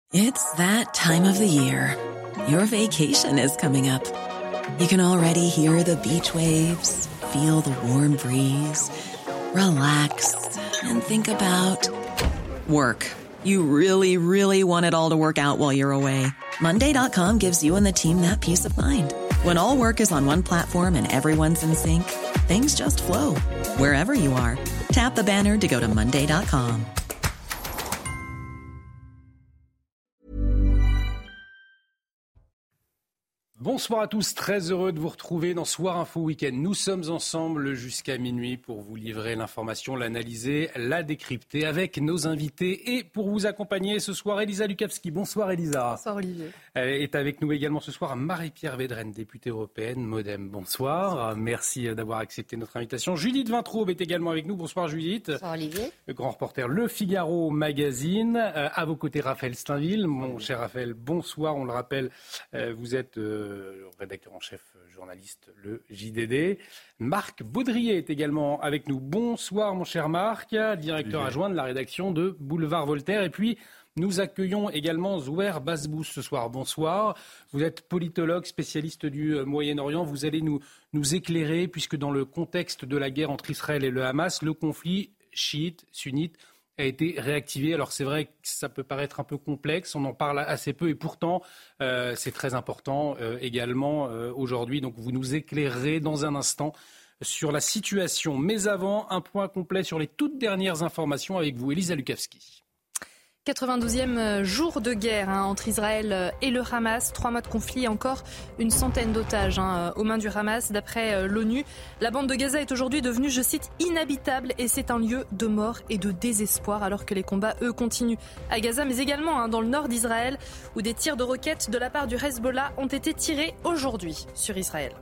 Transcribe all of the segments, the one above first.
It's that time of the year. Your vacation is coming up. You can already hear the beach waves, feel the warm breeze, relax, and think about work. You really, really want it all to work out while you're away. Monday.com gives you and the team that peace of mind. When all work is on one platform and everyone's in sync, things just flow. Wherever you are, tap the banner to go to Monday.com. Bonsoir à tous, très heureux de vous retrouver dans Soir Info Week-end. Nous sommes ensemble jusqu'à minuit pour vous livrer l'information, l'analyser, la décrypter avec nos invités. Et pour vous accompagner ce soir, Elisa Lukavski. Bonsoir Elisa. Bonsoir Olivier. Est avec nous également ce soir Marie-Pierre Védrenne, députée européenne, Modem. Bonsoir. Merci d'avoir accepté notre invitation. Judith Vintraube est également avec nous. Bonsoir Judith. Bonsoir Olivier. Le grand reporter Le Figaro Magazine. À vos côtés Raphaël Steinville. Mon cher Raphaël, bonsoir. On le rappelle, vous êtes le rédacteur en chef journaliste Le JDD. Marc Baudrier est également avec nous. Bonsoir mon cher Marc, directeur adjoint de la rédaction de Boulevard Voltaire. Et puis nous accueillons également Zouer Bazbous ce soir. Bonsoir. Vous êtes politologue, spécialiste du Moyen-Orient. Vous allez nous éclairer puisque dans le contexte de la guerre entre Israël et le Hamas, le conflit chiite-sunnite a été réactivé. Alors c'est vrai que ça peut paraître un peu complexe, on en parle assez peu et pourtant c'est très important également aujourd'hui. Donc vous nous éclairerez dans un instant sur la situation. Mais avant, un point complet sur les toutes dernières informations avec vous, Elisa Lukavski. 92e jour de guerre entre Israël et le Hamas. 3 mois de conflit et encore une centaine d'otages aux mains du Hamas. D'après l'ONU, la bande de Gaza est aujourd'hui devenue, je cite, inhabitable et c'est un lieu de mort et de désespoir alors que les combats, eux, continuent à Gaza, mais également dans le nord d'Israël où des tirs de roquettes de la part du Hezbollah ont été tirés aujourd'hui sur Israël.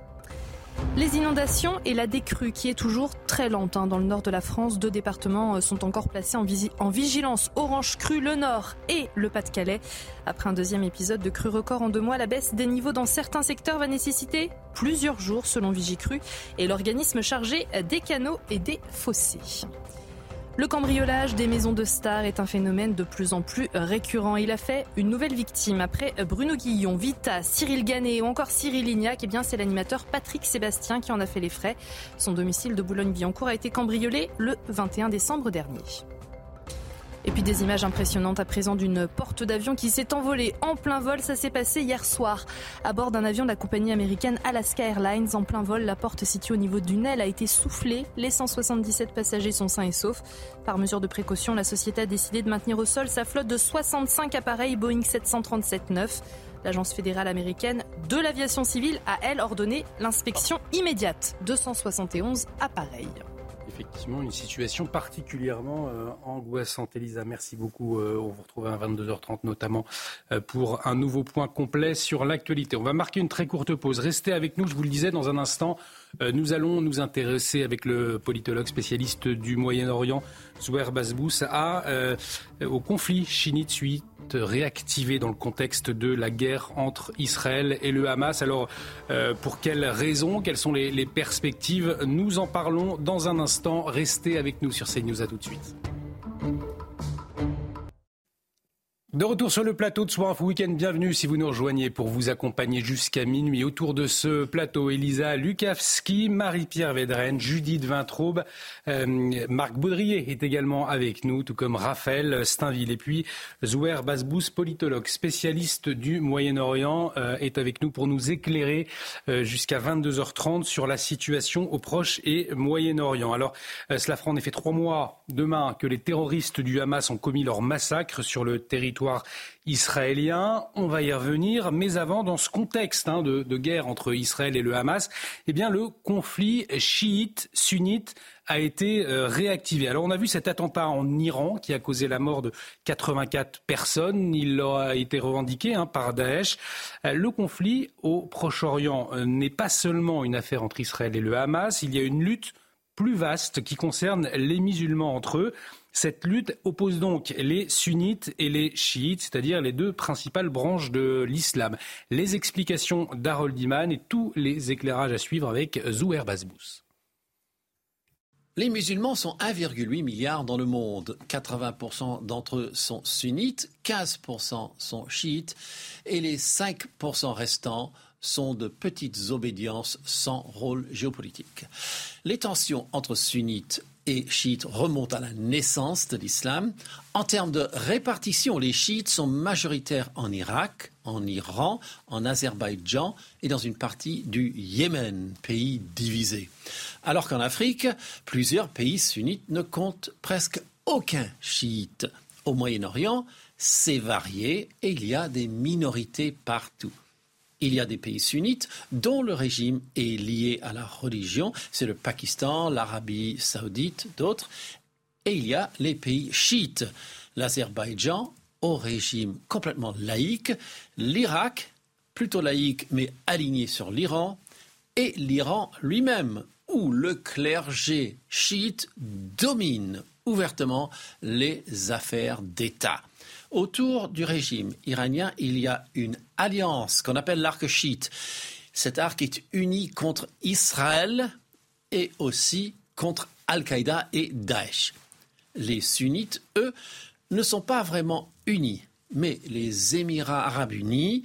Les inondations et la décrue qui est toujours très lente dans le nord de la France. 2 départements sont encore placés en vigilance orange crue, le Nord et le Pas-de-Calais. Après un deuxième épisode de crue record en 2 mois, la baisse des niveaux dans certains secteurs va nécessiter plusieurs jours selon Vigicru et l'organisme chargé des canaux et des fossés. Le cambriolage des maisons de stars est un phénomène de plus en plus récurrent. Il a fait une nouvelle victime. Après Bruno Guillon, Vita, Cyril Gannet ou encore Cyril Lignac, c'est l'animateur Patrick Sébastien qui en a fait les frais. Son domicile de Boulogne-Billancourt a été cambriolé le 21 décembre dernier. Et puis des images impressionnantes à présent d'une porte d'avion qui s'est envolée en plein vol. Ça s'est passé hier soir à bord d'un avion de la compagnie américaine Alaska Airlines. En plein vol, la porte située au niveau d'une aile a été soufflée. Les 177 passagers sont sains et saufs. Par mesure de précaution, la société a décidé de maintenir au sol sa flotte de 65 appareils Boeing 737-9. L'agence fédérale américaine de l'aviation civile a, elle, ordonné l'inspection immédiate de 171 appareils. Effectivement, une situation particulièrement angoissante. Elisa, merci beaucoup. On vous retrouve à 22h30 notamment pour un nouveau point complet sur l'actualité. On va marquer une très courte pause. Restez avec nous, je vous le disais, dans un instant. Nous allons nous intéresser avec le politologue spécialiste du Moyen-Orient, Zouer Bazbous, au conflit chiite-sunnite réactivé dans le contexte de la guerre entre Israël et le Hamas. Alors, pour quelles raisons, quelles sont les perspectives? Nous en parlons dans un instant. Restez avec nous sur CNews. À tout de suite. De retour sur le plateau de Soir Info Week-end, bienvenue si vous nous rejoignez pour vous accompagner jusqu'à minuit. Autour de ce plateau, Elisa Lukavski, Marie-Pierre Védrenne, Judith Vintraube, Marc Baudrier est également avec nous, tout comme Raphaël Steinville. Et puis Zouer Bazbous, politologue, spécialiste du Moyen-Orient, est avec nous pour nous éclairer jusqu'à 22h30 sur la situation au Proche et Moyen-Orient. Alors, cela fera en effet 3 mois demain que les terroristes du Hamas ont commis leur massacre sur le territoire israélien. On va y revenir, mais avant, dans ce contexte de guerre entre Israël et le Hamas, le conflit chiite-sunnite a été réactivé. Alors on a vu cet attentat en Iran qui a causé la mort de 84 personnes. Il a été revendiqué par Daesh. Le conflit au Proche-Orient n'est pas seulement une affaire entre Israël et le Hamas. Il y a une lutte plus vaste qui concerne les musulmans entre eux. Cette lutte oppose donc les sunnites et les chiites, c'est-à-dire les 2 principales branches de l'islam. Les explications d'Harold Iman et tous les éclairages à suivre avec Zouer Bazbous. Les musulmans sont 1,8 milliard dans le monde. 80% d'entre eux sont sunnites, 15% sont chiites et les 5% restants sont de petites obédiences sans rôle géopolitique. Les tensions entre sunnites et chiites remontent à la naissance de l'islam. En termes de répartition, les chiites sont majoritaires en Irak, en Iran, en Azerbaïdjan et dans une partie du Yémen, pays divisé. Alors qu'en Afrique, plusieurs pays sunnites ne comptent presque aucun chiite. Au Moyen-Orient, c'est varié et il y a des minorités partout. Il y a des pays sunnites dont le régime est lié à la religion. C'est le Pakistan, l'Arabie saoudite, d'autres. Et il y a les pays chiites. L'Azerbaïdjan, au régime complètement laïque. L'Irak, plutôt laïque mais aligné sur l'Iran. Et l'Iran lui-même, où le clergé chiite domine ouvertement les affaires d'État. Autour du régime iranien, il y a une alliance qu'on appelle l'arc chiite. Cet arc est uni contre Israël et aussi contre Al-Qaïda et Daesh. Les sunnites, eux, ne sont pas vraiment unis, mais les Émirats arabes unis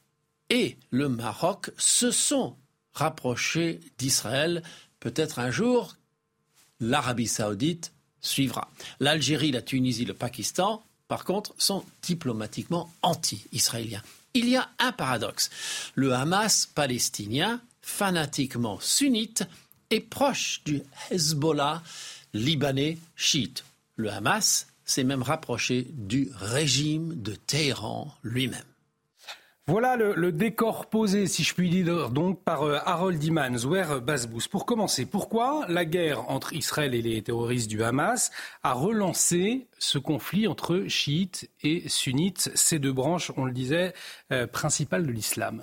et le Maroc se sont rapprochés d'Israël. Peut-être un jour, l'Arabie saoudite suivra. L'Algérie, la Tunisie, le Pakistan, par contre, sont diplomatiquement anti-israéliens. Il y a un paradoxe. Le Hamas palestinien, fanatiquement sunnite, est proche du Hezbollah libanais chiite. Le Hamas s'est même rapproché du régime de Téhéran lui-même. Voilà le décor posé, si je puis dire, donc par Harold Iman, Zouer Bazbous. Pour commencer, pourquoi la guerre entre Israël et les terroristes du Hamas a relancé ce conflit entre chiites et sunnites, ces deux branches, on le disait, principales de l'islam?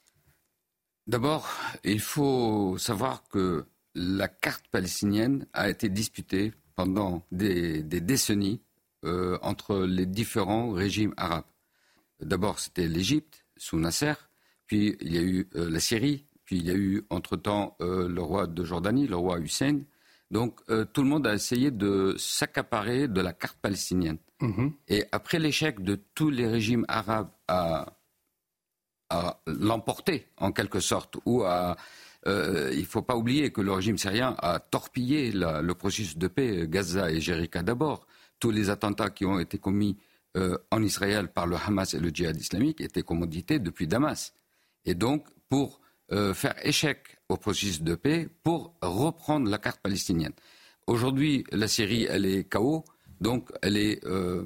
D'abord, il faut savoir que la carte palestinienne a été disputée pendant des décennies entre les différents régimes arabes. D'abord, c'était l'Égypte, sous Nasser, puis il y a eu la Syrie, puis il y a eu entre-temps le roi de Jordanie, le roi Hussein. Donc tout le monde a essayé de s'accaparer de la carte palestinienne. Et après l'échec de tous les régimes arabes à l'emporter, en quelque sorte, ou il ne faut pas oublier que le régime syrien a torpillé le processus de paix, Gaza et Jéricha d'abord. Tous les attentats qui ont été commis en Israël par le Hamas et le djihad islamique étaient commandités depuis Damas. Et donc, pour faire échec au processus de paix, pour reprendre la carte palestinienne. Aujourd'hui, la Syrie, elle est KO, donc elle est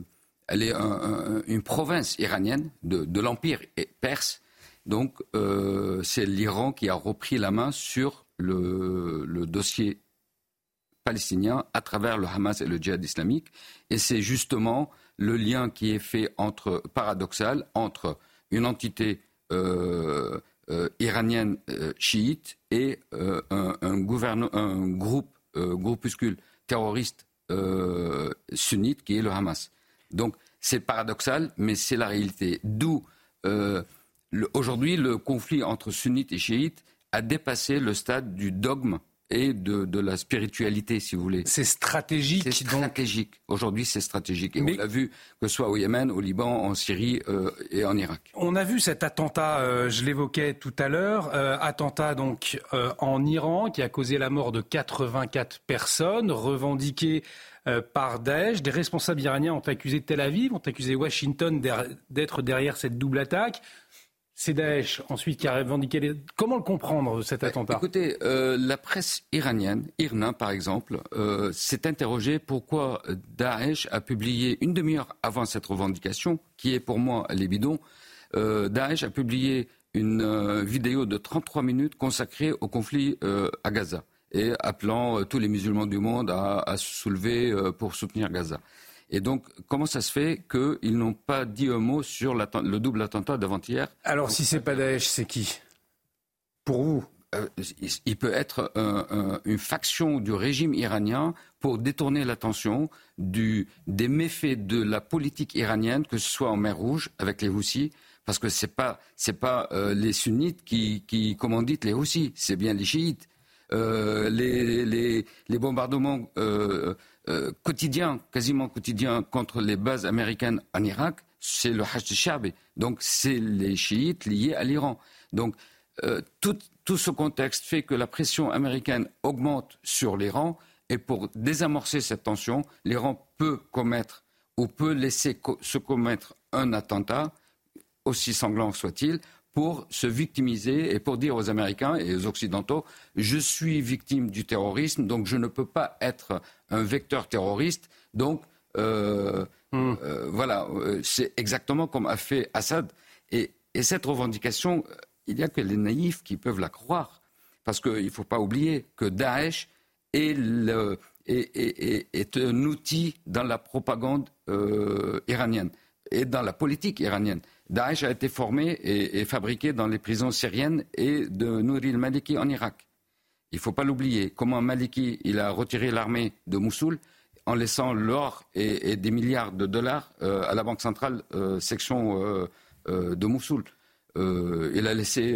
une province iranienne de l'Empire perse. Donc, c'est l'Iran qui a repris la main sur le dossier palestinien à travers le Hamas et le djihad islamique. Et c'est justement le lien qui est fait paradoxal entre une entité iranienne chiite et un groupuscule terroriste sunnite qui est le Hamas. Donc c'est paradoxal, mais c'est la réalité. D'où aujourd'hui le conflit entre sunnites et chiites a dépassé le stade du dogme et de la spiritualité, si vous voulez. C'est stratégique. C'est stratégique. Aujourd'hui, c'est stratégique. Et on l'a vu, que ce soit au Yémen, au Liban, en Syrie et en Irak. On a vu cet attentat, je l'évoquais tout à l'heure, attentat donc en Iran qui a causé la mort de 84 personnes, revendiqué par Daesh. Des responsables iraniens ont accusé Tel Aviv, ont accusé Washington d'être derrière cette double attaque. C'est Daesh ensuite qui a revendiqué Comment le comprendre, cet attentat ? Écoutez, la presse iranienne, IRNA par exemple, s'est interrogée pourquoi Daesh a publié une demi-heure avant cette revendication, qui est pour moi les bidons. Daesh a publié une vidéo de 33 minutes consacrée au conflit à Gaza et appelant tous les musulmans du monde à se soulever pour soutenir Gaza. Et donc, comment ça se fait qu'ils n'ont pas dit un mot sur le double attentat d'avant-hier ? Alors, si c'est pas Daesh, c'est qui ? Pour vous ? Il peut être une faction du régime iranien pour détourner l'attention des méfaits de la politique iranienne, que ce soit en mer Rouge avec les Houthis, parce que c'est pas les sunnites qui commanditent les Houthis, c'est bien les chiites. les bombardements quotidiens, quasiment quotidiens, contre les bases américaines en Irak, c'est le Hashd al-Sha'bi. Donc c'est les chiites liés à l'Iran. Donc tout ce contexte fait que la pression américaine augmente sur l'Iran, et pour désamorcer cette tension, l'Iran peut commettre ou peut laisser se commettre un attentat, aussi sanglant soit-il, pour se victimiser et pour dire aux Américains et aux Occidentaux « je suis victime du terrorisme, donc je ne peux pas être un vecteur terroriste ». Donc voilà, c'est exactement comme a fait Assad. Et cette revendication, il n'y a que les naïfs qui peuvent la croire. Parce qu'il ne faut pas oublier que Daesh est un outil dans la propagande iranienne et dans la politique iranienne. Daesh a été formé et fabriqué dans les prisons syriennes et de Nouri al-Maliki en Irak. Il ne faut pas l'oublier. Comment Maliki il a retiré l'armée de Mossoul en laissant l'or et des milliards de dollars à la Banque centrale section de Mossoul. Il a laissé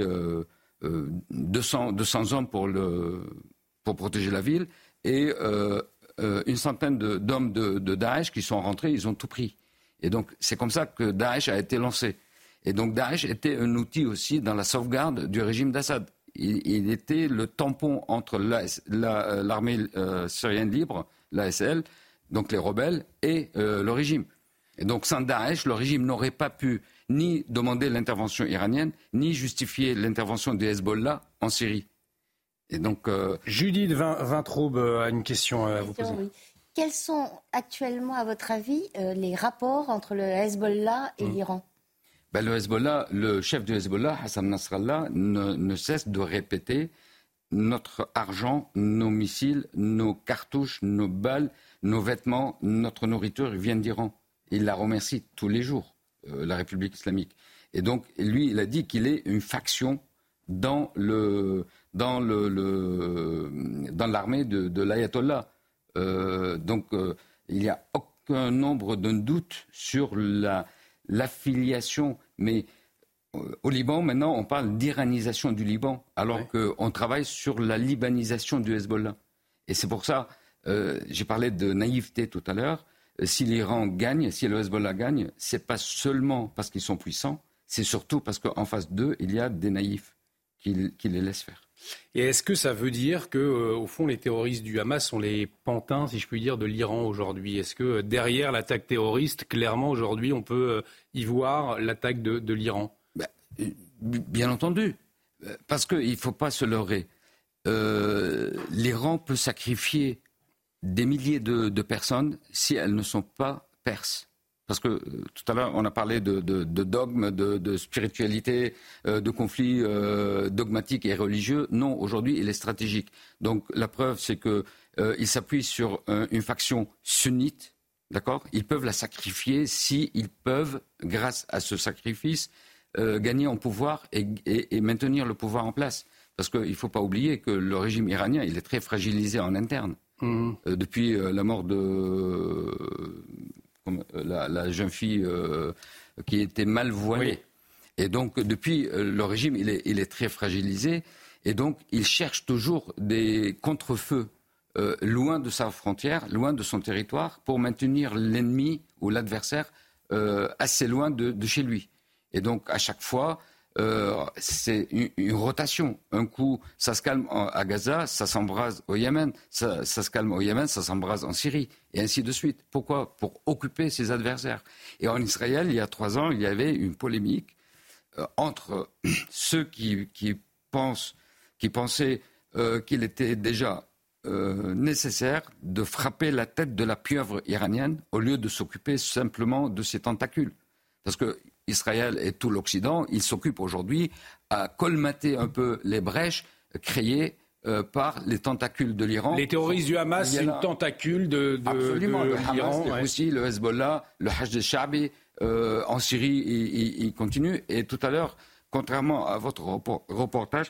200 hommes pour protéger la ville et une centaine d'hommes de Daesh qui sont rentrés, ils ont tout pris. Et donc c'est comme ça que Daesh a été lancé. Et donc Daesh était un outil aussi dans la sauvegarde du régime d'Assad. Il était le tampon entre l'armée syrienne libre, l'ASL, donc les rebelles, et le régime. Et donc sans Daesh, le régime n'aurait pas pu ni demander l'intervention iranienne, ni justifier l'intervention du Hezbollah en Syrie. Et donc, Judith Vintraube a une question à vous poser. Oui. Quels sont actuellement, à votre avis, les rapports entre le Hezbollah et l'Iran ? Le Hezbollah, le chef du Hezbollah, Hassan Nasrallah, ne cesse de répéter notre argent, nos missiles, nos cartouches, nos balles, nos vêtements, notre nourriture viennent d'Iran. Il la remercie tous les jours, la République islamique. Et donc, lui, il a dit qu'il est une faction dans l'armée de l'ayatollah. Donc, il n'y a aucun nombre de doutes sur l'affiliation. Mais au Liban, maintenant, on parle d'iranisation du Liban, alors qu'on travaille sur la libanisation du Hezbollah. Et c'est pour ça, j'ai parlé de naïveté tout à l'heure. Si l'Iran gagne, si le Hezbollah gagne, c'est pas seulement parce qu'ils sont puissants, c'est surtout parce qu'en face d'eux, il y a des naïfs qui les laissent faire. Et est-ce que ça veut dire que, au fond, les terroristes du Hamas sont les pantins, si je puis dire, de l'Iran aujourd'hui ? Est-ce que derrière l'attaque terroriste, clairement, aujourd'hui, on peut y voir l'attaque de l'Iran ? Bien entendu, parce qu'il ne faut pas se leurrer. L'Iran peut sacrifier des milliers de personnes si elles ne sont pas perses. Parce que tout à l'heure, on a parlé de dogmes, de spiritualité, de conflits dogmatiques et religieux. Non, aujourd'hui, il est stratégique. Donc la preuve, c'est qu'il s'appuie sur une faction sunnite. D'accord ? Ils peuvent la sacrifier s'ils peuvent, grâce à ce sacrifice, gagner en pouvoir et maintenir le pouvoir en place. Parce qu'il ne faut pas oublier que le régime iranien, il est très fragilisé en interne. Depuis la mort de la jeune fille qui était mal voilée. Oui. Et donc, depuis, le régime, il est très fragilisé. Et donc, il cherche toujours des contre-feux loin de sa frontière, loin de son territoire, pour maintenir l'ennemi ou l'adversaire assez loin de chez lui. Et donc, à chaque fois, c'est une rotation. Un coup, ça se calme à Gaza, ça s'embrase au Yémen. Ça se calme au Yémen, ça s'embrase en Syrie. Et ainsi de suite. Pourquoi ? Pour occuper ses adversaires. Et en Israël, il y a 3 ans, il y avait une polémique entre ceux qui pensaient qu'il était déjà nécessaire de frapper la tête de la pieuvre iranienne au lieu de s'occuper simplement de ses tentacules. Parce que Israël et tout l'Occident, ils s'occupent aujourd'hui à colmater un peu les brèches créées par les tentacules de l'Iran. Les terroristes du Hamas, c'est une tentacule de absolument, de le Hamas, l'Iran. Aussi le Hezbollah, le Hashd al-Sha'bi, en Syrie, il continue. Et tout à l'heure, contrairement à votre reportage,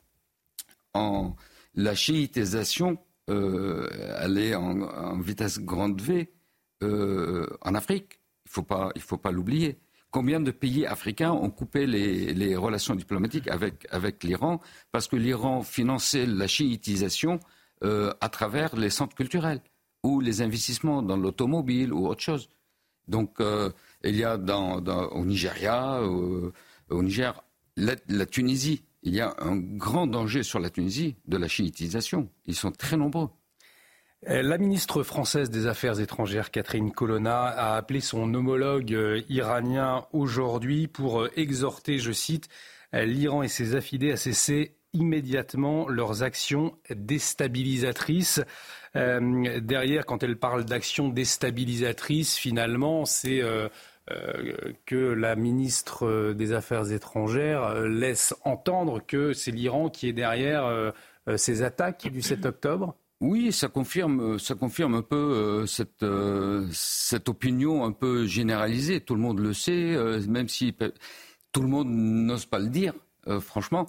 la chiitisation, elle est en vitesse grande V en Afrique. Il faut pas l'oublier. Combien de pays africains ont coupé les relations diplomatiques avec l'Iran parce que l'Iran finançait la chiitisation à travers les centres culturels ou les investissements dans l'automobile ou autre chose. Donc, il y a au Nigeria, au Niger, la Tunisie, il y a un grand danger sur la Tunisie de la chiitisation. Ils sont très nombreux. La ministre française des Affaires étrangères, Catherine Colonna, a appelé son homologue iranien aujourd'hui pour exhorter, je cite, l'Iran et ses affidés à cesser immédiatement leurs actions déstabilisatrices. Derrière, quand elle parle d'actions déstabilisatrices, finalement, c'est que la ministre des Affaires étrangères laisse entendre que c'est l'Iran qui est derrière ces attaques du 7 octobre. Oui, ça confirme un peu cette opinion un peu généralisée. Tout le monde le sait, même si tout le monde n'ose pas le dire, franchement.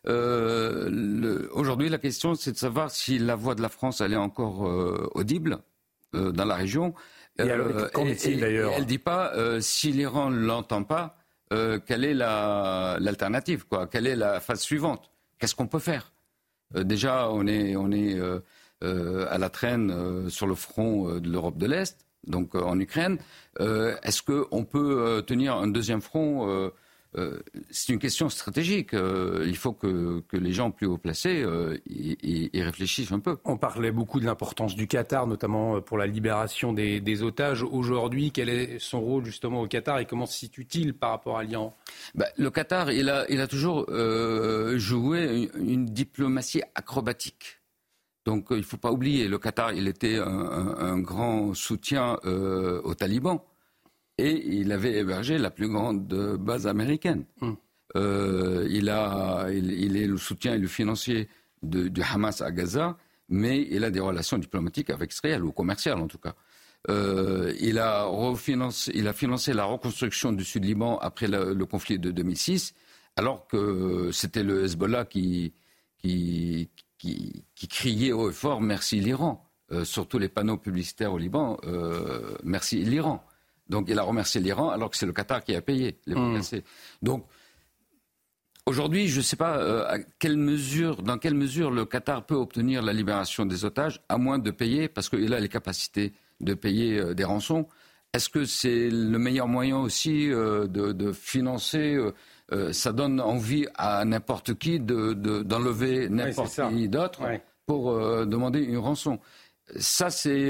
Aujourd'hui, la question, c'est de savoir si la voix de la France, elle est encore audible dans la région. Et alors, qu'en est-il d'ailleurs ? Elle ne dit pas, si l'Iran ne l'entend pas, quelle est l'alternative, quoi ? Quelle est la phase suivante ? Qu'est-ce qu'on peut faire ? Déjà, on est à la traîne sur le front de l'Europe de l'Est, donc en Ukraine. Est-ce qu'on peut tenir un deuxième front ? C'est une question stratégique. Il faut que les gens plus haut placés y réfléchissent un peu. On parlait beaucoup de l'importance du Qatar, notamment pour la libération des otages. Aujourd'hui, quel est son rôle justement au Qatar et comment se situe-t-il par rapport à l'Iran ? Le Qatar, il a toujours joué une diplomatie acrobatique. Donc il ne faut pas oublier, le Qatar, il était un grand soutien aux talibans. Et il avait hébergé la plus grande base américaine. Il est le soutien et le financier du Hamas à Gaza, mais il a des relations diplomatiques avec Israël, ou commerciales en tout cas. Il a financé la reconstruction du Sud-Liban après le conflit de 2006, alors que c'était le Hezbollah qui criait haut et fort « Merci l'Iran ». Sur tous les panneaux publicitaires au Liban, « Merci l'Iran ». Donc il a remercié l'Iran alors que c'est le Qatar qui a payé les pots cassés. Donc aujourd'hui, je ne sais pas dans quelle mesure le Qatar peut obtenir la libération des otages, à moins de payer, parce qu'il a les capacités de payer des rançons. Est-ce que c'est le meilleur moyen aussi de financer ça donne envie à n'importe qui d'enlever n'importe qui d'autre pour demander une rançon. Ça, c'est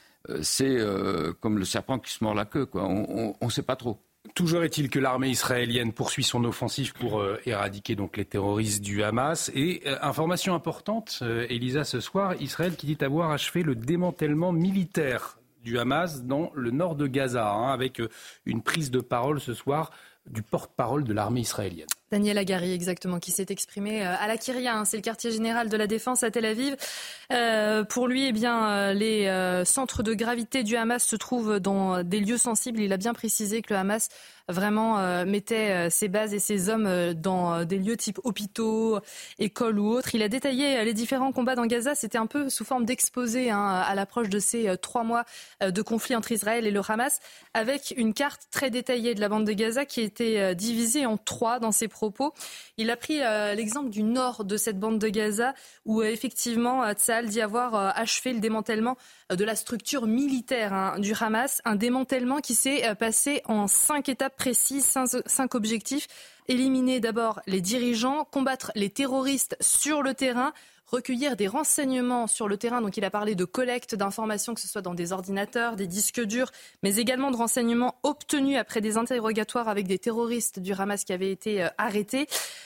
comme le serpent qui se mord la queue, quoi. On ne sait pas trop. Toujours est-il que l'armée israélienne poursuit son offensive pour éradiquer donc les terroristes du Hamas. Et information importante, Elisa, ce soir, Israël qui dit avoir achevé le démantèlement militaire du Hamas dans le nord de Gaza, avec une prise de parole ce soir du porte-parole de l'armée israélienne. Daniel Hagari, exactement, qui s'est exprimé à la Kyria, c'est le quartier général de la Défense à Tel Aviv. Pour lui, les centres de gravité du Hamas se trouvent dans des lieux sensibles. Il a bien précisé que le Hamas vraiment mettait ses bases et ses hommes dans des lieux type hôpitaux, écoles ou autres. Il a détaillé les différents combats dans Gaza. C'était un peu sous forme d'exposé à l'approche de ces 3 mois de conflit entre Israël et le Hamas, avec une carte très détaillée de la bande de Gaza qui était divisée en 3 dans ses propos. Il a pris l'exemple du nord de cette bande de Gaza où effectivement Tsahal dit avoir achevé le démantèlement de la structure militaire du Hamas, un démantèlement qui s'est passé en 5 étapes précises, 5 objectifs. Éliminer d'abord les dirigeants, combattre les terroristes sur le terrain, recueillir des renseignements sur le terrain. Donc il a parlé de collecte d'informations, que ce soit dans des ordinateurs, des disques durs, mais également de renseignements obtenus après des interrogatoires avec des terroristes du Hamas qui avaient été arrêtés.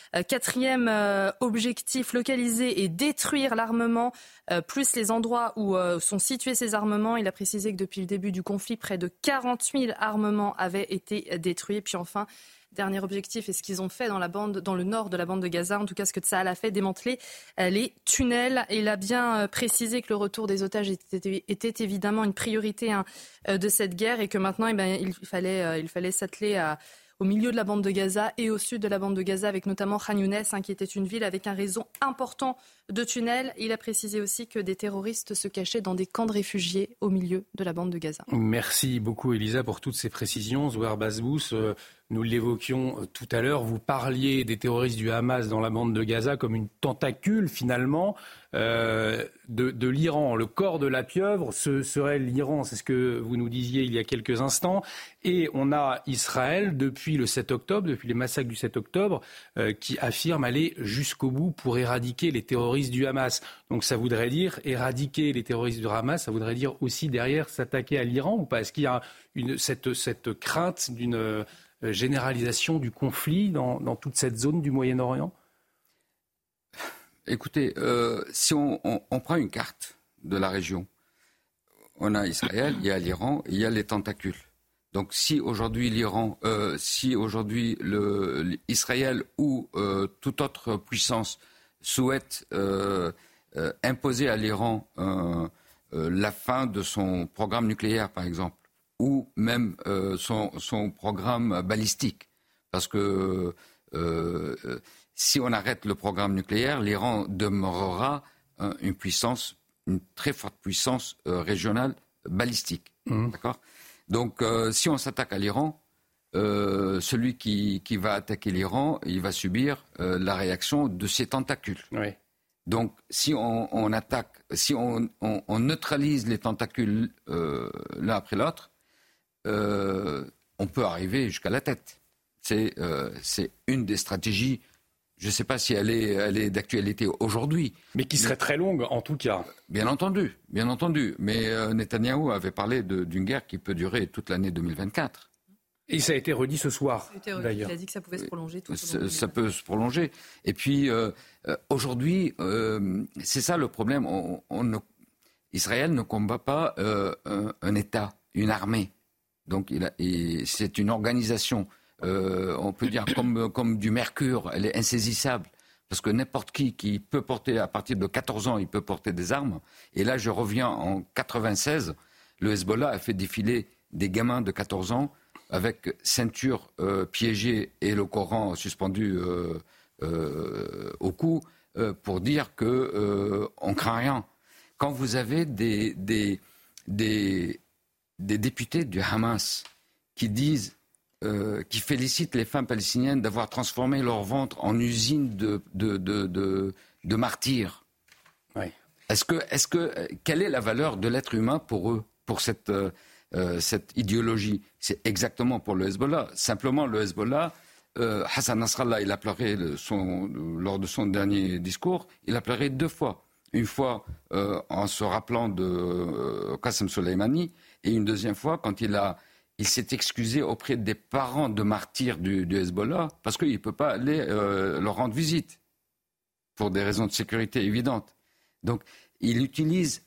4e objectif, localiser et détruire l'armement, plus les endroits où sont situés ces armements. Il a précisé que depuis le début du conflit, près de 40 000 armements avaient été détruits. Puis enfin, dernier objectif, et ce qu'ils ont fait dans le nord de la bande de Gaza, en tout cas ce que Tsahal a fait, démanteler les tunnels. Et il a bien précisé que le retour des otages était évidemment une priorité de cette guerre et que maintenant il fallait s'atteler au milieu de la bande de Gaza et au sud de la bande de Gaza, avec notamment Khan Younes, qui était une ville avec un réseau important de tunnels. Il a précisé aussi que des terroristes se cachaient dans des camps de réfugiés au milieu de la bande de Gaza. Merci beaucoup Elisa pour toutes ces précisions. Zouheir Bazbous, nous l'évoquions tout à l'heure, vous parliez des terroristes du Hamas dans la bande de Gaza comme une tentacule finalement de l'Iran. Le corps de la pieuvre, ce serait l'Iran, c'est ce que vous nous disiez il y a quelques instants. Et on a Israël depuis le 7 octobre, depuis les massacres du 7 octobre, qui affirme aller jusqu'au bout pour éradiquer les terroristes du Hamas. Donc ça voudrait dire éradiquer les terroristes du Hamas, ça voudrait dire aussi derrière s'attaquer à l'Iran ou pas? Est-ce qu'il y a cette crainte d'une généralisation du conflit dans toute cette zone du Moyen-Orient? Écoutez, si on prend une carte de la région, on a Israël, il y a l'Iran, il y a les tentacules. Donc si aujourd'hui Israël ou toute autre puissance souhaite imposer à l'Iran la fin de son programme nucléaire, par exemple, ou même son programme balistique, parce que si on arrête le programme nucléaire, l'Iran demeurera une très forte puissance régionale balistique. D'accord ? Donc, si on s'attaque à l'Iran, celui qui va attaquer l'Iran, il va subir la réaction de ses tentacules. Oui. Donc, si on attaque, si on neutralise les tentacules l'un après l'autre, on peut arriver jusqu'à la tête. C'est une des stratégies. Je ne sais pas si elle est d'actualité aujourd'hui. Mais qui serait très longue, en tout cas. Bien entendu. Mais Netanyahou avait parlé d'une guerre qui peut durer toute l'année 2024. Et ça a été redit ce soir, d'ailleurs. Il a dit que ça pouvait se prolonger. Ça peut se prolonger. Et puis, aujourd'hui, c'est ça le problème. Israël ne combat pas un État, une armée. Donc, c'est une organisation. On peut dire comme du mercure, elle est insaisissable. Parce que n'importe qui peut porter, à partir de 14 ans, il peut porter des armes. Et là, je reviens en 96, le Hezbollah a fait défiler des gamins de 14 ans avec ceinture piégée et le Coran suspendu au cou pour dire qu'on ne craint rien. Quand vous avez des députés du Hamas qui disent qui félicitent les femmes palestiniennes d'avoir transformé leur ventre en usine de martyrs. Oui. Quelle est la valeur de l'être humain pour eux, pour cette idéologie? C'est exactement pour le Hezbollah. Simplement, le Hezbollah, Hassan Nasrallah, il a pleuré lors de son dernier discours, il a pleuré 2 fois. Une fois en se rappelant de Qassem Soleimani, et une deuxième fois quand il s'est excusé auprès des parents de martyrs du Hezbollah parce qu'il ne peut pas aller leur rendre visite pour des raisons de sécurité évidentes. Donc, il utilise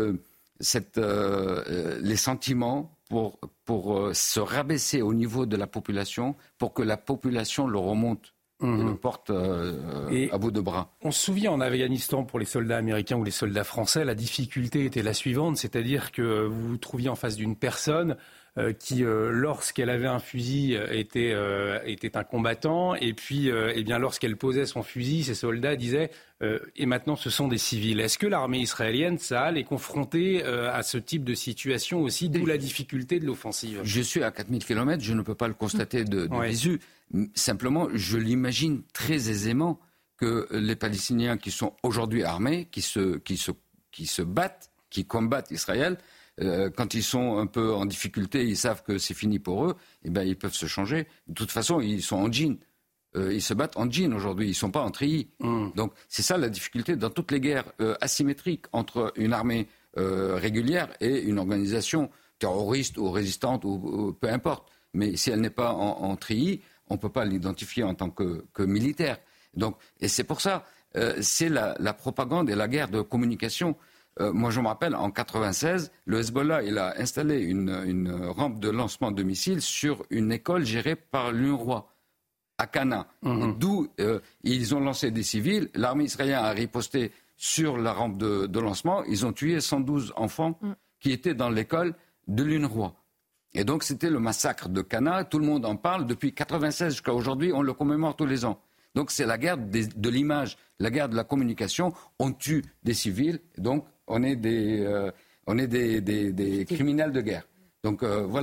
les sentiments pour se rabaisser au niveau de la population pour que la population le remonte et le porte à bout de bras. On se souvient en Afghanistan pour les soldats américains ou les soldats français, la difficulté était la suivante, c'est-à-dire que vous vous trouviez en face d'une personne qui, lorsqu'elle avait un fusil, était un combattant. Et puis, lorsqu'elle posait son fusil, ces soldats disaient et maintenant, ce sont des civils. Est-ce que l'armée israélienne, Tsahal, est confrontée à ce type de situation aussi, d'où la difficulté de l'offensive? Je suis à 4000 km, je ne peux pas le constater de visu. Simplement, je l'imagine très aisément que les Palestiniens qui sont aujourd'hui armés, qui se battent, qui combattent Israël, quand ils sont un peu en difficulté, ils savent que c'est fini pour eux, ils peuvent se changer. De toute façon, ils sont en jean. Ils se battent en jean aujourd'hui, ils ne sont pas en treillis. Donc c'est ça la difficulté dans toutes les guerres asymétriques entre une armée régulière et une organisation terroriste ou résistante ou peu importe. Mais si elle n'est pas en treillis, on ne peut pas l'identifier en tant que militaire. Donc, et c'est pour ça, c'est la propagande et la guerre de communication. Moi, je me rappelle, en 1996, le Hezbollah il a installé une rampe de lancement de missiles sur une école gérée par l'UNRWA, à Cana. D'où ils ont lancé des civils. L'armée israélienne a riposté sur la rampe de lancement. Ils ont tué 112 enfants qui étaient dans l'école de l'UNRWA. Et donc, c'était le massacre de Cana. Tout le monde en parle. Depuis 1996 jusqu'à aujourd'hui, on le commémore tous les ans. Donc, c'est la guerre de l'image, la guerre de la communication. On tue des civils. Donc, on est des criminels de guerre. Donc, voilà.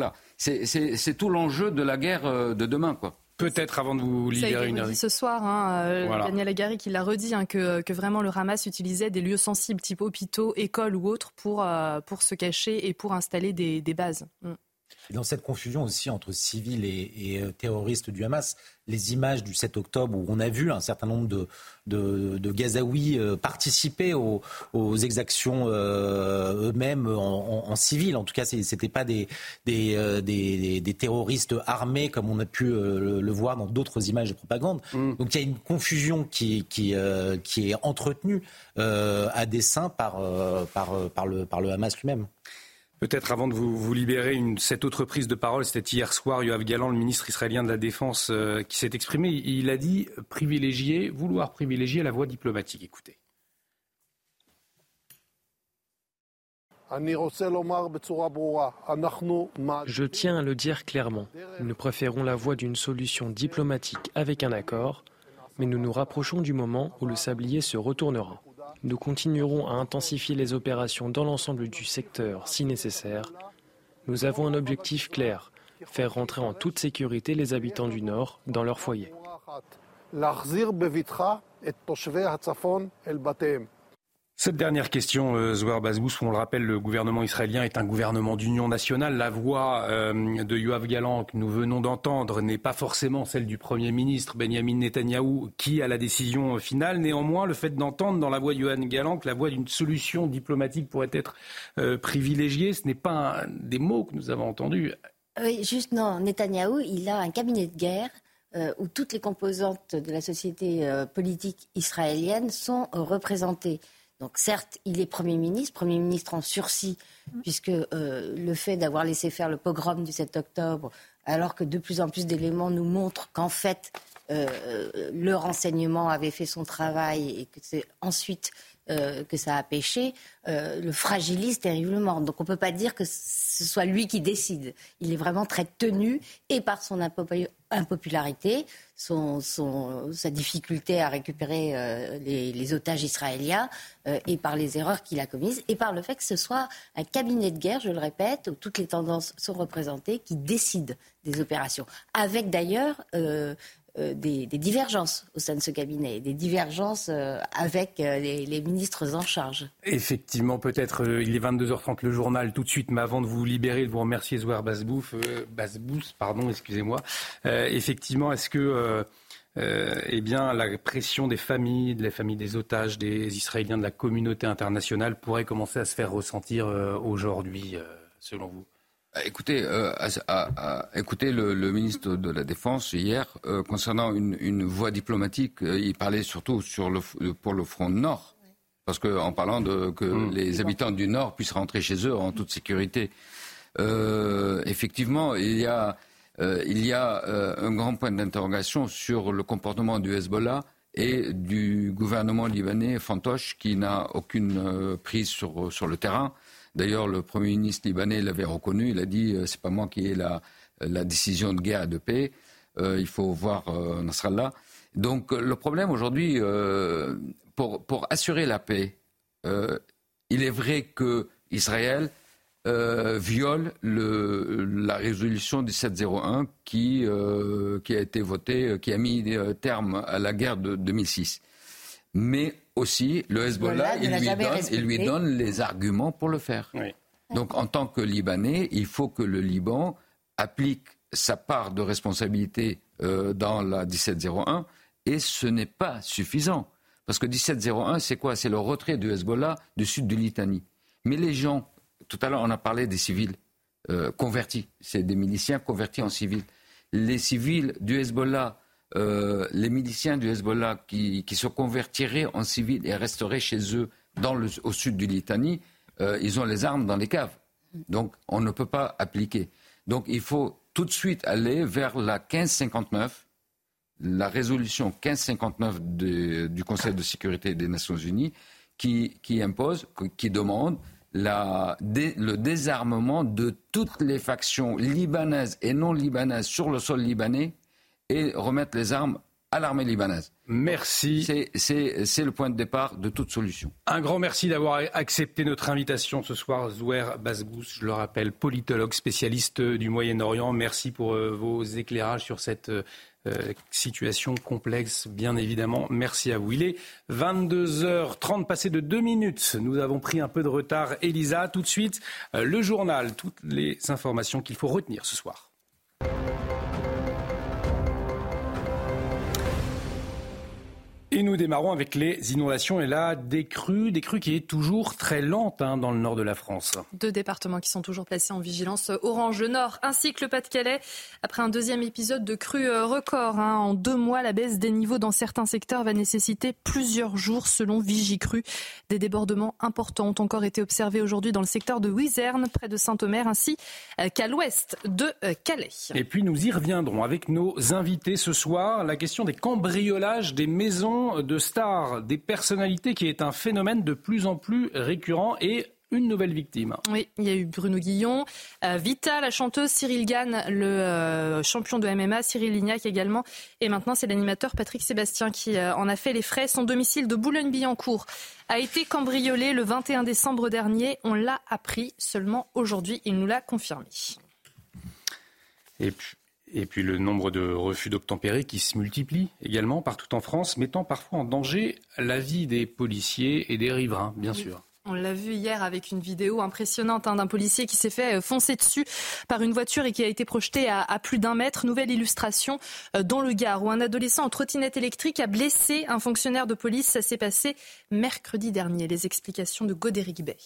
C'est tout l'enjeu de la guerre de demain, quoi. Peut-être avant de vous libérer une heure. Ce soir, voilà. Daniel Hagari qui l'a redit, que vraiment le Hamas utilisait des lieux sensibles type hôpitaux, écoles ou autres pour se cacher et pour installer des bases. Dans cette confusion aussi entre civils et terroristes du Hamas, les images du 7 octobre où on a vu un certain nombre de Gazaouis participer aux exactions eux-mêmes en civil. En tout cas, c'était pas des terroristes armés comme on a pu le voir dans d'autres images de propagande. Donc il y a une confusion qui est entretenue à dessein par le Hamas lui-même. Peut-être avant de vous libérer, cette autre prise de parole, c'était hier soir, Yoav Gallant, le ministre israélien de la Défense, qui s'est exprimé. Il a dit vouloir privilégier la voie diplomatique. Écoutez. Je tiens à le dire clairement. Nous préférons la voie d'une solution diplomatique avec un accord, mais nous nous rapprochons du moment où le sablier se retournera. Nous continuerons à intensifier les opérations dans l'ensemble du secteur si nécessaire. Nous avons un objectif clair, faire rentrer en toute sécurité les habitants du Nord dans leur foyer. Cette dernière question, Zouar Bazbous, on le rappelle, le gouvernement israélien est un gouvernement d'union nationale. La voix de Yoav Gallant que nous venons d'entendre n'est pas forcément celle du Premier ministre Benyamin Netanyahou qui a la décision finale. Néanmoins, le fait d'entendre dans la voix de Yoav Gallant que la voie d'une solution diplomatique pourrait être privilégiée, ce n'est pas des mots que nous avons entendus. Oui, juste non. Netanyahou, il a un cabinet de guerre où toutes les composantes de la société politique israélienne sont représentées. Donc certes, il est Premier ministre en sursis, puisque le fait d'avoir laissé faire le pogrom du 7 octobre, alors que de plus en plus d'éléments nous montrent qu'en fait, le renseignement avait fait son travail et que c'est ensuite que ça a péché, le fragilise terriblement. Donc on ne peut pas dire que ce soit lui qui décide. Il est vraiment très tenu, et par son impopularité, sa difficulté à récupérer les otages israéliens, et par les erreurs qu'il a commises, et par le fait que ce soit un cabinet de guerre, je le répète, où toutes les tendances sont représentées, qui décide des opérations. Avec d'ailleurs des divergences au sein de ce cabinet, des divergences avec les ministres en charge. Effectivement, peut-être, il est 22h30 le journal tout de suite, mais avant de vous libérer, de vous remercier, Zouar Bazbous, excusez-moi. Effectivement, est-ce que la pression des familles des otages, des Israéliens, de la communauté internationale pourrait commencer à se faire ressentir aujourd'hui, selon vous ? Écoutez, le ministre de la Défense hier, concernant une voie diplomatique, il parlait surtout pour le front nord, parce qu'en parlant que les habitants du nord puissent rentrer chez eux en toute sécurité. Effectivement, il y a un grand point d'interrogation sur le comportement du Hezbollah et du gouvernement libanais fantoche qui n'a aucune prise sur le terrain. D'ailleurs, le Premier ministre libanais l'avait reconnu. Il a dit c'est pas moi qui ai la décision de guerre et de paix. Il faut voir Nasrallah. Donc le problème aujourd'hui, pour assurer la paix, il est vrai que Israël viole la résolution 1701 qui a été votée, qui a mis terme à la guerre de 2006. Mais aussi, le Hezbollah, il lui donne les arguments pour le faire. Oui. Donc, en tant que Libanais, il faut que le Liban applique sa part de responsabilité dans la 1701, et ce n'est pas suffisant. Parce que 1701, c'est quoi ? C'est le retrait du Hezbollah du sud de Litanie. Mais les gens, tout à l'heure, on a parlé des civils convertis. C'est des miliciens convertis en civils. Les civils du Hezbollah, les miliciens du Hezbollah qui se convertiraient en civils et resteraient chez eux au sud du Litanie, ils ont les armes dans les caves. Donc, on ne peut pas appliquer. Donc, il faut tout de suite aller vers la 1559, la résolution 1559 du Conseil de sécurité des Nations Unies, qui impose, qui demande le désarmement de toutes les factions libanaises et non libanaises sur le sol libanais, et remettre les armes à l'armée libanaise. Merci. C'est le point de départ de toute solution. Un grand merci d'avoir accepté notre invitation ce soir, Zouhair Bazbous, je le rappelle, politologue spécialiste du Moyen-Orient. Merci pour vos éclairages sur cette situation complexe, bien évidemment. Merci à vous. Il est 22h30, passé de 2 minutes. Nous avons pris un peu de retard. Elisa, tout de suite, le journal, toutes les informations qu'il faut retenir ce soir. Et nous démarrons avec les inondations et la décrue qui est toujours très lente dans le nord de la France. 2 départements qui sont toujours placés en vigilance orange, le Nord ainsi que le Pas-de-Calais. Après un deuxième épisode de crue record, en 2 mois, la baisse des niveaux dans certains secteurs va nécessiter plusieurs jours selon Vigicru. Des débordements importants ont encore été observés aujourd'hui dans le secteur de Wizerne, près de Saint-Omer, ainsi qu'à l'ouest de Calais. Et puis nous y reviendrons avec nos invités ce soir. La question des cambriolages des maisons de stars, des personnalités qui est un phénomène de plus en plus récurrent et une nouvelle victime. Oui, il y a eu Bruno Guillon, Vita, la chanteuse, Cyril Gann, le champion de MMA, Cyril Lignac également. Et maintenant, c'est l'animateur Patrick Sébastien qui en a fait les frais. Son domicile de Boulogne-Billancourt a été cambriolé le 21 décembre dernier. On l'a appris seulement aujourd'hui. Il nous l'a confirmé. Et puis le nombre de refus d'obtempérer qui se multiplie également partout en France, mettant parfois en danger la vie des policiers et des riverains, bien sûr. On l'a vu hier avec une vidéo impressionnante d'un policier qui s'est fait foncer dessus par une voiture et qui a été projeté à plus d'1 mètre. Nouvelle illustration dans le Gard où un adolescent en trottinette électrique a blessé un fonctionnaire de police. Ça s'est passé mercredi dernier. Les explications de Godéric Bay.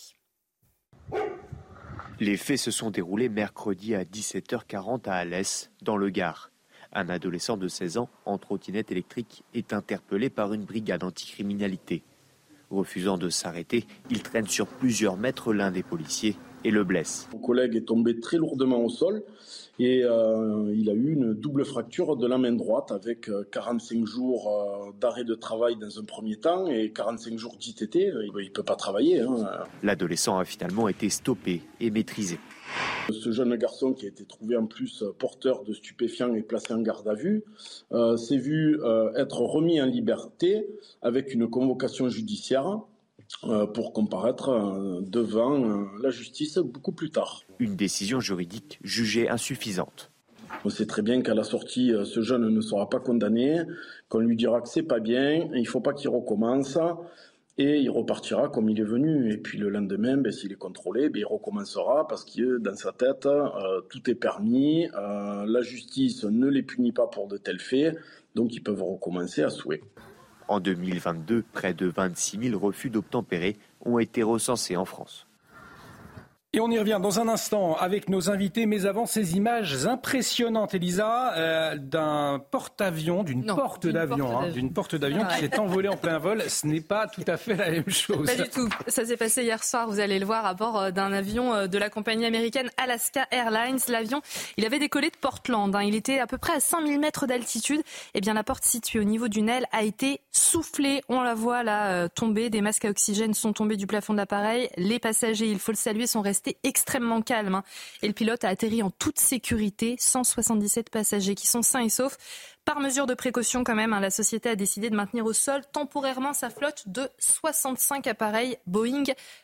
Les faits se sont déroulés mercredi à 17h40 à Alès, dans le Gard. Un adolescent de 16 ans en trottinette électrique est interpellé par une brigade anticriminalité. Refusant de s'arrêter, il traîne sur plusieurs mètres l'un des policiers et le blesse. Mon collègue est tombé très lourdement au sol et il a eu une double fracture de la main droite avec 45 jours d'arrêt de travail dans un premier temps et 45 jours d'ITT. Il ne peut pas travailler. L'adolescent a finalement été stoppé et maîtrisé. Ce jeune garçon qui a été trouvé en plus porteur de stupéfiants et placé en garde à vue s'est vu être remis en liberté avec une convocation judiciaire pour comparaître devant la justice beaucoup plus tard. Une décision juridique jugée insuffisante. On sait très bien qu'à la sortie, ce jeune ne sera pas condamné, qu'on lui dira que c'est pas bien, il ne faut pas qu'il recommence, et il repartira comme il est venu. Et puis le lendemain, s'il est contrôlé, il recommencera parce que dans sa tête, tout est permis, la justice ne les punit pas pour de tels faits, donc ils peuvent recommencer à souhait. En 2022, près de 26 000 refus d'obtempérer ont été recensés en France. Et on y revient dans un instant avec nos invités, mais avant ces images impressionnantes, Elisa, d'un porte-avions, d'une porte d'avion qui s'est envolée en plein vol. Ce n'est pas tout à fait la même chose. Pas du tout. Ça s'est passé hier soir, vous allez le voir, à bord d'un avion de la compagnie américaine Alaska Airlines. L'avion, il avait décollé de Portland. Il était à peu près à 5000 mètres d'altitude. Eh bien, la porte située au niveau d'une aile a été soufflée. On la voit là tomber. Des masques à oxygène sont tombés du plafond de l'appareil. Les passagers, il faut le saluer, sont restés extrêmement calme. Et le pilote a atterri en toute sécurité. 177 passagers qui sont sains et saufs. Par mesure de précaution quand même, la société a décidé de maintenir au sol temporairement sa flotte de 65 appareils Boeing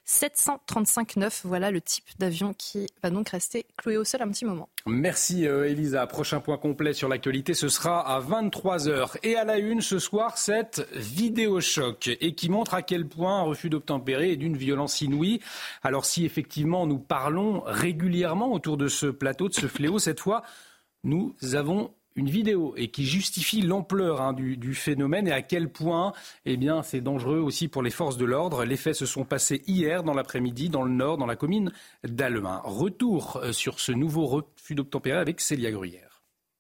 735-9. Voilà le type d'avion qui va donc rester cloué au sol un petit moment. Merci Elisa. Prochain point complet sur l'actualité, ce sera à 23h. Et à la une ce soir, cette vidéo choc et qui montre à quel point un refus d'obtempérer est d'une violence inouïe. Alors si effectivement nous parlons régulièrement autour de ce plateau, de ce fléau, cette fois nous avons une vidéo et qui justifie l'ampleur du phénomène et à quel point c'est dangereux aussi pour les forces de l'ordre. Les faits se sont passés hier dans l'après-midi dans le Nord, dans la commune d'Halluin. Retour sur ce nouveau refus d'obtempérer avec Célia Gruyère.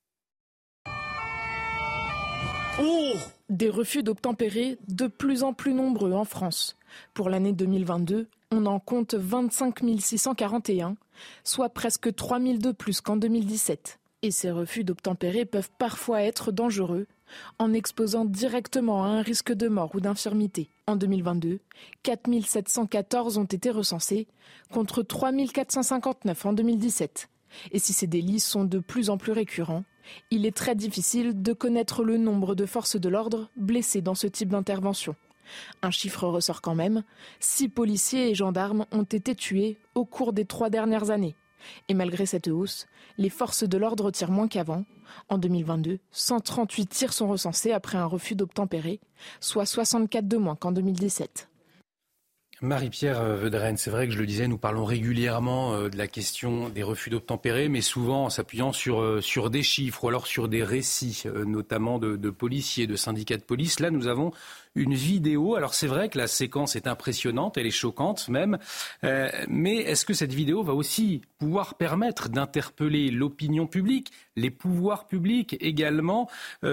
Des refus d'obtempérer de plus en plus nombreux en France. Pour l'année 2022, on en compte 25 641, soit presque 3 000 de plus qu'en 2017. Et ces refus d'obtempérer peuvent parfois être dangereux, en exposant directement à un risque de mort ou d'infirmité. En 2022, 4 714 ont été recensés, contre 3 459 en 2017. Et si ces délits sont de plus en plus récurrents, Il est très difficile de connaître le nombre de forces de l'ordre blessées dans ce type d'intervention. Un chiffre ressort quand même, 6 policiers et gendarmes ont été tués au cours des 3 dernières années. Et malgré cette hausse, les forces de l'ordre tirent moins qu'avant. En 2022, 138 tirs sont recensés après un refus d'obtempérer, soit 64 de moins qu'en 2017. Marie-Pierre Vedrenne, c'est vrai que je le disais, nous parlons régulièrement de la question des refus d'obtempérer, mais souvent en s'appuyant sur des chiffres ou alors sur des récits, notamment de policiers, de syndicats de police. Là, nous avons une vidéo. Alors c'est vrai que la séquence est impressionnante, elle est choquante même, mais est-ce que cette vidéo va aussi pouvoir permettre d'interpeller l'opinion publique, les pouvoirs publics également,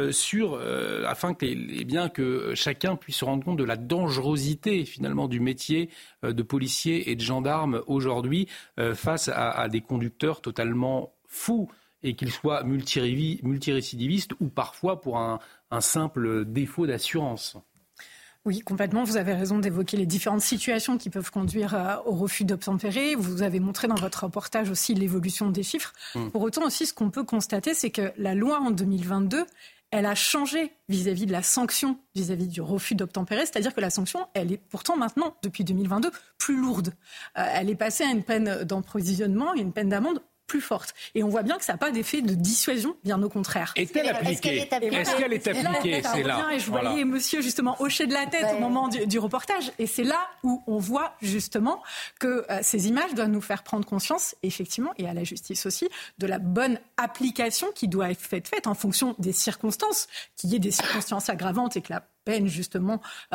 afin que chacun puisse se rendre compte de la dangerosité finalement du métier de policier et de gendarme aujourd'hui face à des conducteurs totalement fous et qu'ils soient multirécidivistes ou parfois pour un simple défaut d'assurance. Oui, complètement. Vous avez raison d'évoquer les différentes situations qui peuvent conduire au refus d'obtempérer. Vous avez montré dans votre reportage aussi l'évolution des chiffres. Pour autant aussi, ce qu'on peut constater, c'est que la loi en 2022, elle a changé vis-à-vis de la sanction, vis-à-vis du refus d'obtempérer. C'est-à-dire que la sanction, elle est pourtant maintenant, depuis 2022, plus lourde. Elle est passée à une peine d'emprisonnement et une peine d'amende plus forte. Et on voit bien que ça n'a pas d'effet de dissuasion, bien au contraire. Est-elle appliquée ? Est-ce qu'elle est appliquée ? C'est là. Et je voyais monsieur justement hocher de la tête au moment du reportage. Et c'est là où on voit justement que ces images doivent nous faire prendre conscience, effectivement, et à la justice aussi, de la bonne application qui doit être faite en fonction des circonstances, qu'il y ait des circonstances aggravantes et que la peine, justement,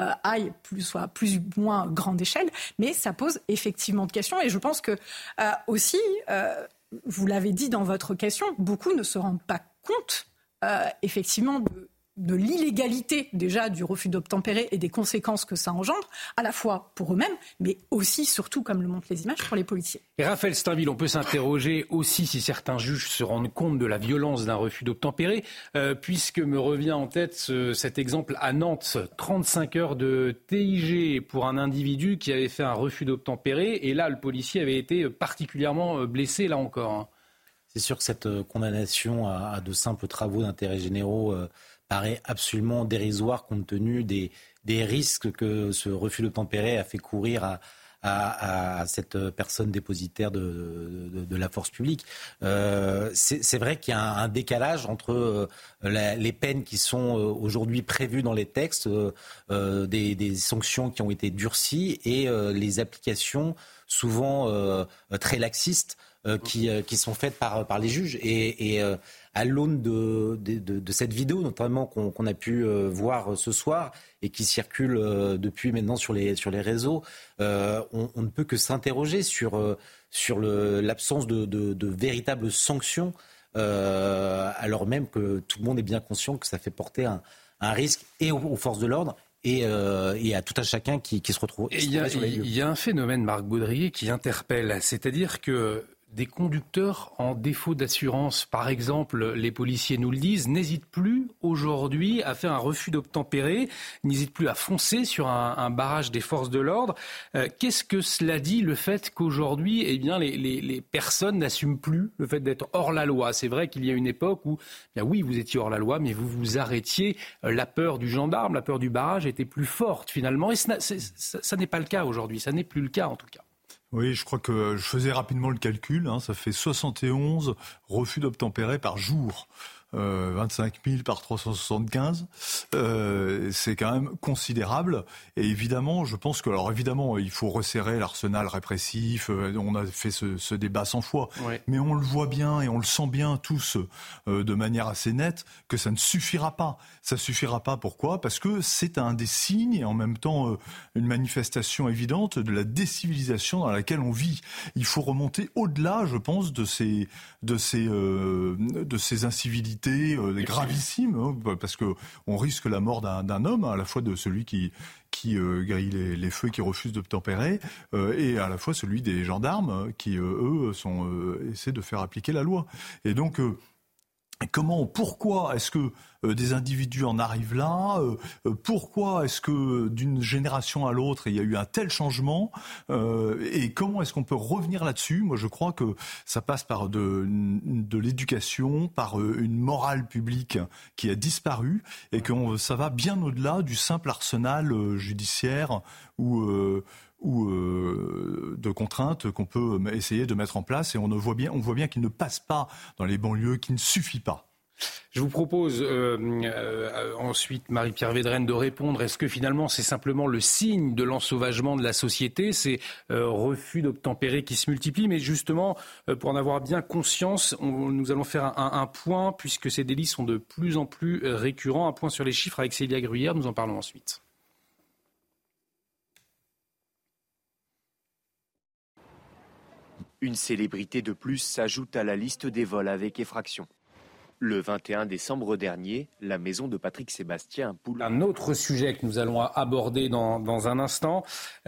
soit plus ou moins grande échelle. Mais ça pose effectivement de questions. Et je pense que aussi... vous l'avez dit dans votre question, beaucoup ne se rendent pas compte, effectivement, de l'illégalité déjà du refus d'obtempérer et des conséquences que ça engendre, à la fois pour eux-mêmes, mais aussi, surtout, comme le montrent les images, pour les policiers. Et Raphaël Steinville, on peut s'interroger aussi si certains juges se rendent compte de la violence d'un refus d'obtempérer, puisque me revient en tête cet exemple à Nantes, 35 heures de TIG pour un individu qui avait fait un refus d'obtempérer, et là, le policier avait été particulièrement blessé, là encore. C'est sûr que cette condamnation à de simples travaux d'intérêt généraux paraît absolument dérisoire compte tenu des risques que ce refus d'obtempérer a fait courir à cette personne dépositaire de la force publique. C'est vrai qu'il y a un décalage entre les peines qui sont aujourd'hui prévues dans les textes, des sanctions qui ont été durcies et les applications souvent très laxistes qui sont faites par les juges. Et à l'aune de cette vidéo, notamment qu'on a pu voir ce soir et qui circule depuis maintenant sur les réseaux, on ne peut que s'interroger sur l'absence de véritables sanctions, alors même que tout le monde est bien conscient que ça fait porter un risque et aux forces de l'ordre et à tout un chacun qui se retrouve. Il y a un phénomène, Marc Baudrier, qui interpelle, c'est-à-dire que des conducteurs en défaut d'assurance, par exemple, les policiers nous le disent, n'hésitent plus aujourd'hui à faire un refus d'obtempérer, n'hésitent plus à foncer sur un barrage des forces de l'ordre. Qu'est-ce que cela dit, le fait qu'aujourd'hui, les personnes n'assument plus le fait d'être hors la loi ? C'est vrai qu'il y a une époque où, oui, vous étiez hors la loi, mais vous vous arrêtiez. La peur du gendarme, la peur du barrage était plus forte finalement. Et ça n'est pas le cas aujourd'hui, ça n'est plus le cas en tout cas. Oui, je crois que je faisais rapidement le calcul, ça fait 71 refus d'obtempérer par jour. 25 000 par 375, c'est quand même considérable. Et évidemment, je pense que, il faut resserrer l'arsenal répressif. On a fait ce débat 100 fois, ouais. Mais on le voit bien et on le sent bien tous de manière assez nette que ça ne suffira pas. Ça suffira pas. Pourquoi ? Parce que c'est un des signes et en même temps une manifestation évidente de la décivilisation dans laquelle on vit. Il faut remonter au-delà, je pense, de ces incivilités gravissimes, parce que on risque la mort d'un homme, à la fois de celui qui grille les feux et qui refuse d'obtempérer, et à la fois celui des gendarmes qui, eux, essaient de faire appliquer la loi. Et donc, Pourquoi est-ce que des individus en arrivent là ? Pourquoi est-ce que d'une génération à l'autre, il y a eu un tel changement ? Et comment est-ce qu'on peut revenir là-dessus ? Moi, je crois que ça passe par de l'éducation, par une morale publique qui a disparu, et que ça va bien au-delà du simple arsenal judiciaire ou de contraintes qu'on peut essayer de mettre en place, et on voit bien qu'il ne passe pas dans les banlieues, qu'il ne suffit pas. Je vous propose ensuite, Marie-Pierre Védrenne, de répondre. Est-ce que finalement c'est simplement le signe de l'ensauvagement de la société, ces refus d'obtempérer qui se multiplient? Mais justement, pour en avoir bien conscience, nous allons faire un point, puisque ces délits sont de plus en plus récurrents. Un point sur les chiffres avec Célia Gruyère, nous en parlons ensuite. Une célébrité de plus s'ajoute à la liste des vols avec effraction. Le 21 décembre dernier, la maison de Patrick Sébastien Poulin. Un autre sujet que nous allons aborder dans un instant.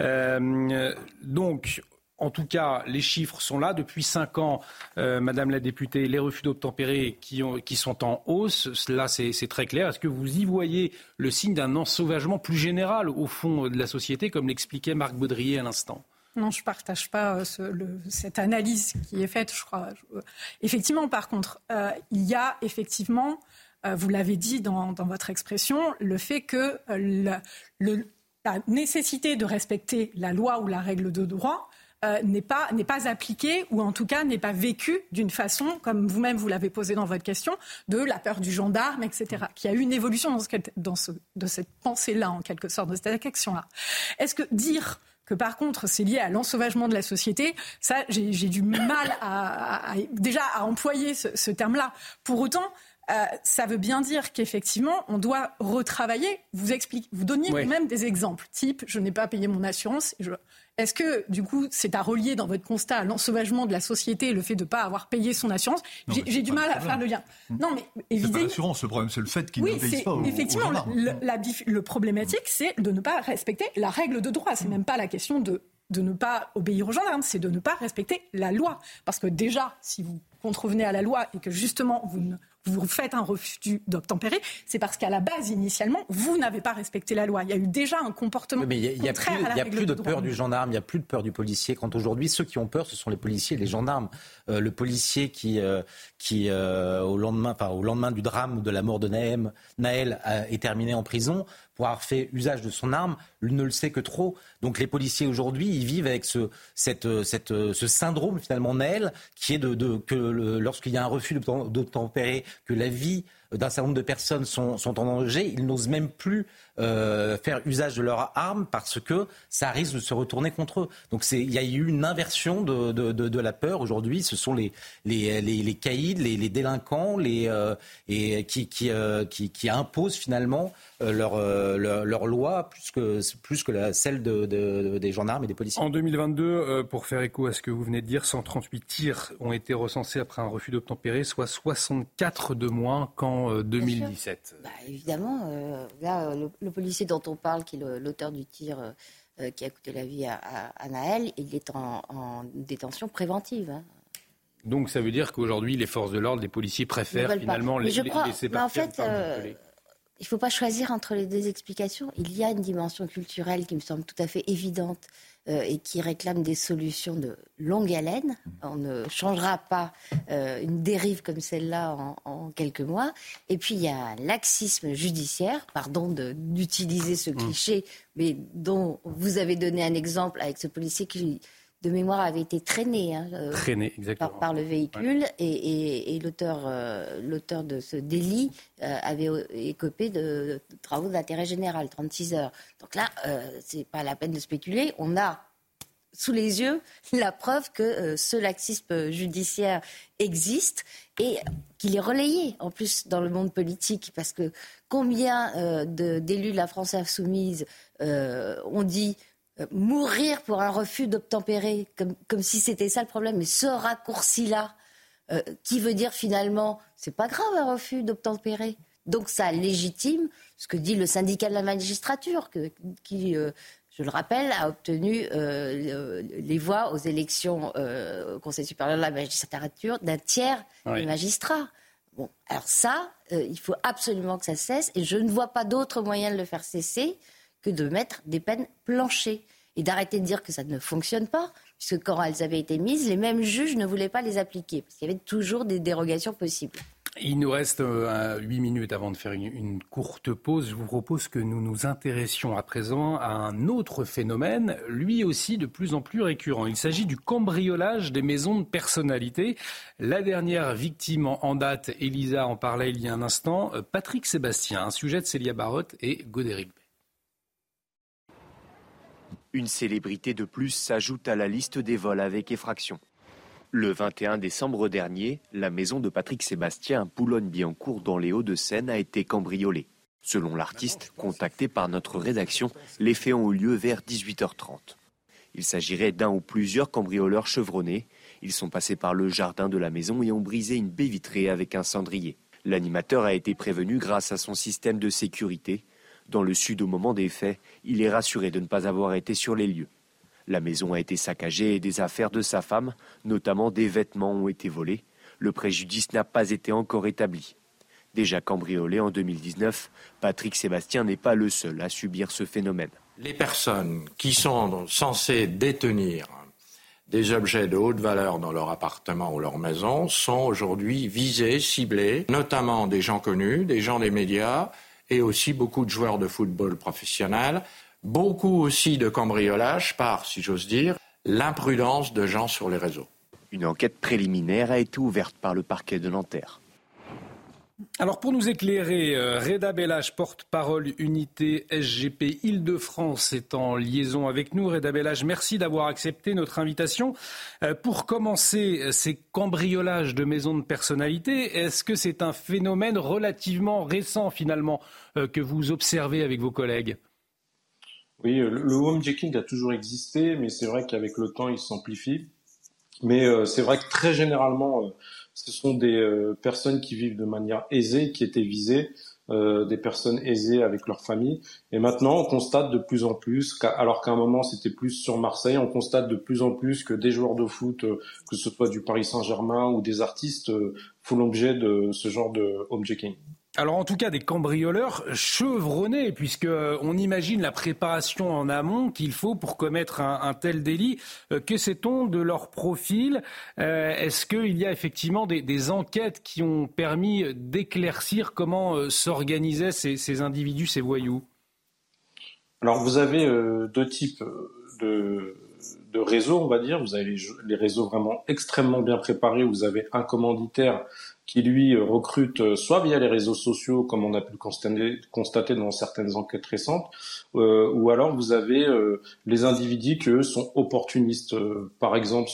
Donc, en tout cas, les chiffres sont là. Depuis 5 ans, Madame la députée, les refus d'obtempérer qui sont en hausse. Là, c'est très clair. Est-ce que vous y voyez le signe d'un ensauvagement plus général au fond de la société, comme l'expliquait Marc Baudrier à l'instant ? Non, je ne partage pas cette analyse qui est faite, je crois. Effectivement, par contre, il y a effectivement, vous l'avez dit dans votre expression, le fait que la nécessité de respecter la loi ou la règle de droit n'est pas appliquée, ou en tout cas n'est pas vécue d'une façon, comme vous-même vous l'avez posé dans votre question, de la peur du gendarme, etc. Qu'il y a eu une évolution de cette pensée-là, en quelque sorte, de cette action-là. Est-ce que dire que par contre c'est lié à l'ensauvagement de la société, ça j'ai du mal à employer ce terme-là. Pour autant, ça veut bien dire qu'effectivement on doit retravailler. Vous donniez vous-même des exemples, type je n'ai pas payé mon assurance. Est-ce que, du coup, c'est à relier dans votre constat à l'ensauvagement de la société, le fait de ne pas avoir payé son assurance? J'ai du mal à faire le lien. Non, mais évidemment. C'est pas l'assurance, le problème, c'est le fait qu'il ne paye pas. Effectivement, le problématique, c'est de ne pas respecter la règle de droit. C'est même pas la question de ne pas obéir aux gendarmes, c'est de ne pas respecter la loi. Parce que déjà, si vous contrevenez à la loi et que justement vous faites un refus d'obtempérer, c'est parce qu'à la base, initialement, vous n'avez pas respecté la loi. Il y a eu déjà un comportement contraire à la règle de droit. Il n'y a plus de peur du gendarme, il n'y a plus de peur du policier. Quand aujourd'hui, ceux qui ont peur, ce sont les policiers et les gendarmes. Le policier qui au lendemain du drame de la mort de Naël est terminé en prison pour avoir fait usage de son arme, ne le sait que trop. Donc les policiers aujourd'hui, ils vivent avec ce syndrome finalement Naël, qui est que lorsqu'il y a un refus d'obtempérer, que la vie d'un certain nombre de personnes sont en danger, ils n'osent même plus faire usage de leurs armes parce que ça risque de se retourner contre eux. Donc il y a eu une inversion de la peur. Aujourd'hui, ce sont les caïds, les délinquants, qui imposent finalement leur loi plus que celle des gendarmes et des policiers. En 2022, pour faire écho à ce que vous venez de dire, 138 tirs ont été recensés après un refus d'obtempérer, soit 64 de moins qu'en 2017. Évidemment, là, le policier dont on parle, qui est l'auteur du tir qui a coûté la vie à Naël, il est en détention préventive. Hein. Donc ça veut dire qu'aujourd'hui, les forces de l'ordre, les policiers préfèrent finalement laisser partir. En fait, il ne faut pas choisir entre les deux explications. Il y a une dimension culturelle qui me semble tout à fait évidente et qui réclame des solutions de longue haleine. On ne changera pas une dérive comme celle-là en quelques mois. Et puis il y a un laxisme judiciaire, pardon d'utiliser ce cliché, mais dont vous avez donné un exemple avec ce policier qui, de mémoire, avait été traîné par le véhicule, et l'auteur de ce délit avait écopé de travaux d'intérêt général, 36 heures. Donc là, c'est pas la peine de spéculer. On a sous les yeux la preuve que ce laxisme judiciaire existe et qu'il est relayé en plus dans le monde politique, parce que combien d'élus de la France insoumise ont dit mourir pour un refus d'obtempérer, comme si c'était ça le problème. Mais ce raccourci-là, qui veut dire finalement, c'est pas grave un refus d'obtempérer. Donc ça légitime ce que dit le syndicat de la magistrature, qui, je le rappelle, a obtenu les voix aux élections au Conseil supérieur de la magistrature d'un tiers des magistrats. Bon, alors ça, il faut absolument que ça cesse, et je ne vois pas d'autre moyen de le faire cesser que de mettre des peines planchées. Et d'arrêter de dire que ça ne fonctionne pas, puisque quand elles avaient été mises, les mêmes juges ne voulaient pas les appliquer, parce qu'il y avait toujours des dérogations possibles. Il nous reste 8 minutes avant de faire une courte pause. Je vous propose que nous nous intéressions à présent à un autre phénomène, lui aussi de plus en plus récurrent. Il s'agit du cambriolage des maisons de personnalité. La dernière victime en date, Elisa en parlait il y a un instant, Patrick Sébastien, un sujet de Célia Barotte et Godéric Bay. Une célébrité de plus s'ajoute à la liste des vols avec effraction. Le 21 décembre dernier, la maison de Patrick Sébastien à Boulogne-Billancourt dans les Hauts-de-Seine a été cambriolée. Selon l'artiste, contacté par notre rédaction, les faits ont eu lieu vers 18h30. Il s'agirait d'un ou plusieurs cambrioleurs chevronnés. Ils sont passés par le jardin de la maison et ont brisé une baie vitrée avec un cendrier. L'animateur a été prévenu grâce à son système de sécurité. Dans le sud, au moment des faits, il est rassuré de ne pas avoir été sur les lieux. La maison a été saccagée et des affaires de sa femme, notamment des vêtements, ont été volés. Le préjudice n'a pas été encore établi. Déjà cambriolé en 2019, Patrick Sébastien n'est pas le seul à subir ce phénomène. Les personnes qui sont censées détenir des objets de haute valeur dans leur appartement ou leur maison sont aujourd'hui visées, ciblées, notamment des gens connus, des gens des médias et aussi beaucoup de joueurs de football professionnels. Beaucoup aussi de cambriolage par, si j'ose dire, l'imprudence de gens sur les réseaux. Une enquête préliminaire a été ouverte par le parquet de Nanterre. Alors pour nous éclairer, Reda Bellach, porte-parole unité SGP Île-de-France, est en liaison avec nous. Reda Bellach, merci d'avoir accepté notre invitation. Pour commencer, ces cambriolages de maisons de personnalité, est-ce que c'est un phénomène relativement récent finalement que vous observez avec vos collègues ? Oui, le homejacking a toujours existé, mais c'est vrai qu'avec le temps, il s'amplifie. Mais c'est vrai que très généralement, ce sont des personnes qui vivent de manière aisée, qui étaient visées, des personnes aisées avec leur famille. Et maintenant, on constate de plus en plus, alors qu'à un moment c'était plus sur Marseille, on constate de plus en plus que des joueurs de foot, que ce soit du Paris Saint-Germain ou des artistes, font l'objet de ce genre de homejacking. Alors en tout cas des cambrioleurs chevronnés, puisqu'on imagine la préparation en amont qu'il faut pour commettre un tel délit. Que sait-on de leur profil ? Est-ce qu'il y a effectivement des enquêtes qui ont permis d'éclaircir comment s'organisaient ces individus, ces voyous ? Alors vous avez deux types de réseaux, on va dire. Vous avez les réseaux vraiment extrêmement bien préparés, où vous avez un commanditaire qui, lui, recrute soit via les réseaux sociaux, comme on a pu le constater dans certaines enquêtes récentes, ou alors vous avez les individus qui, eux, sont opportunistes. Par exemple,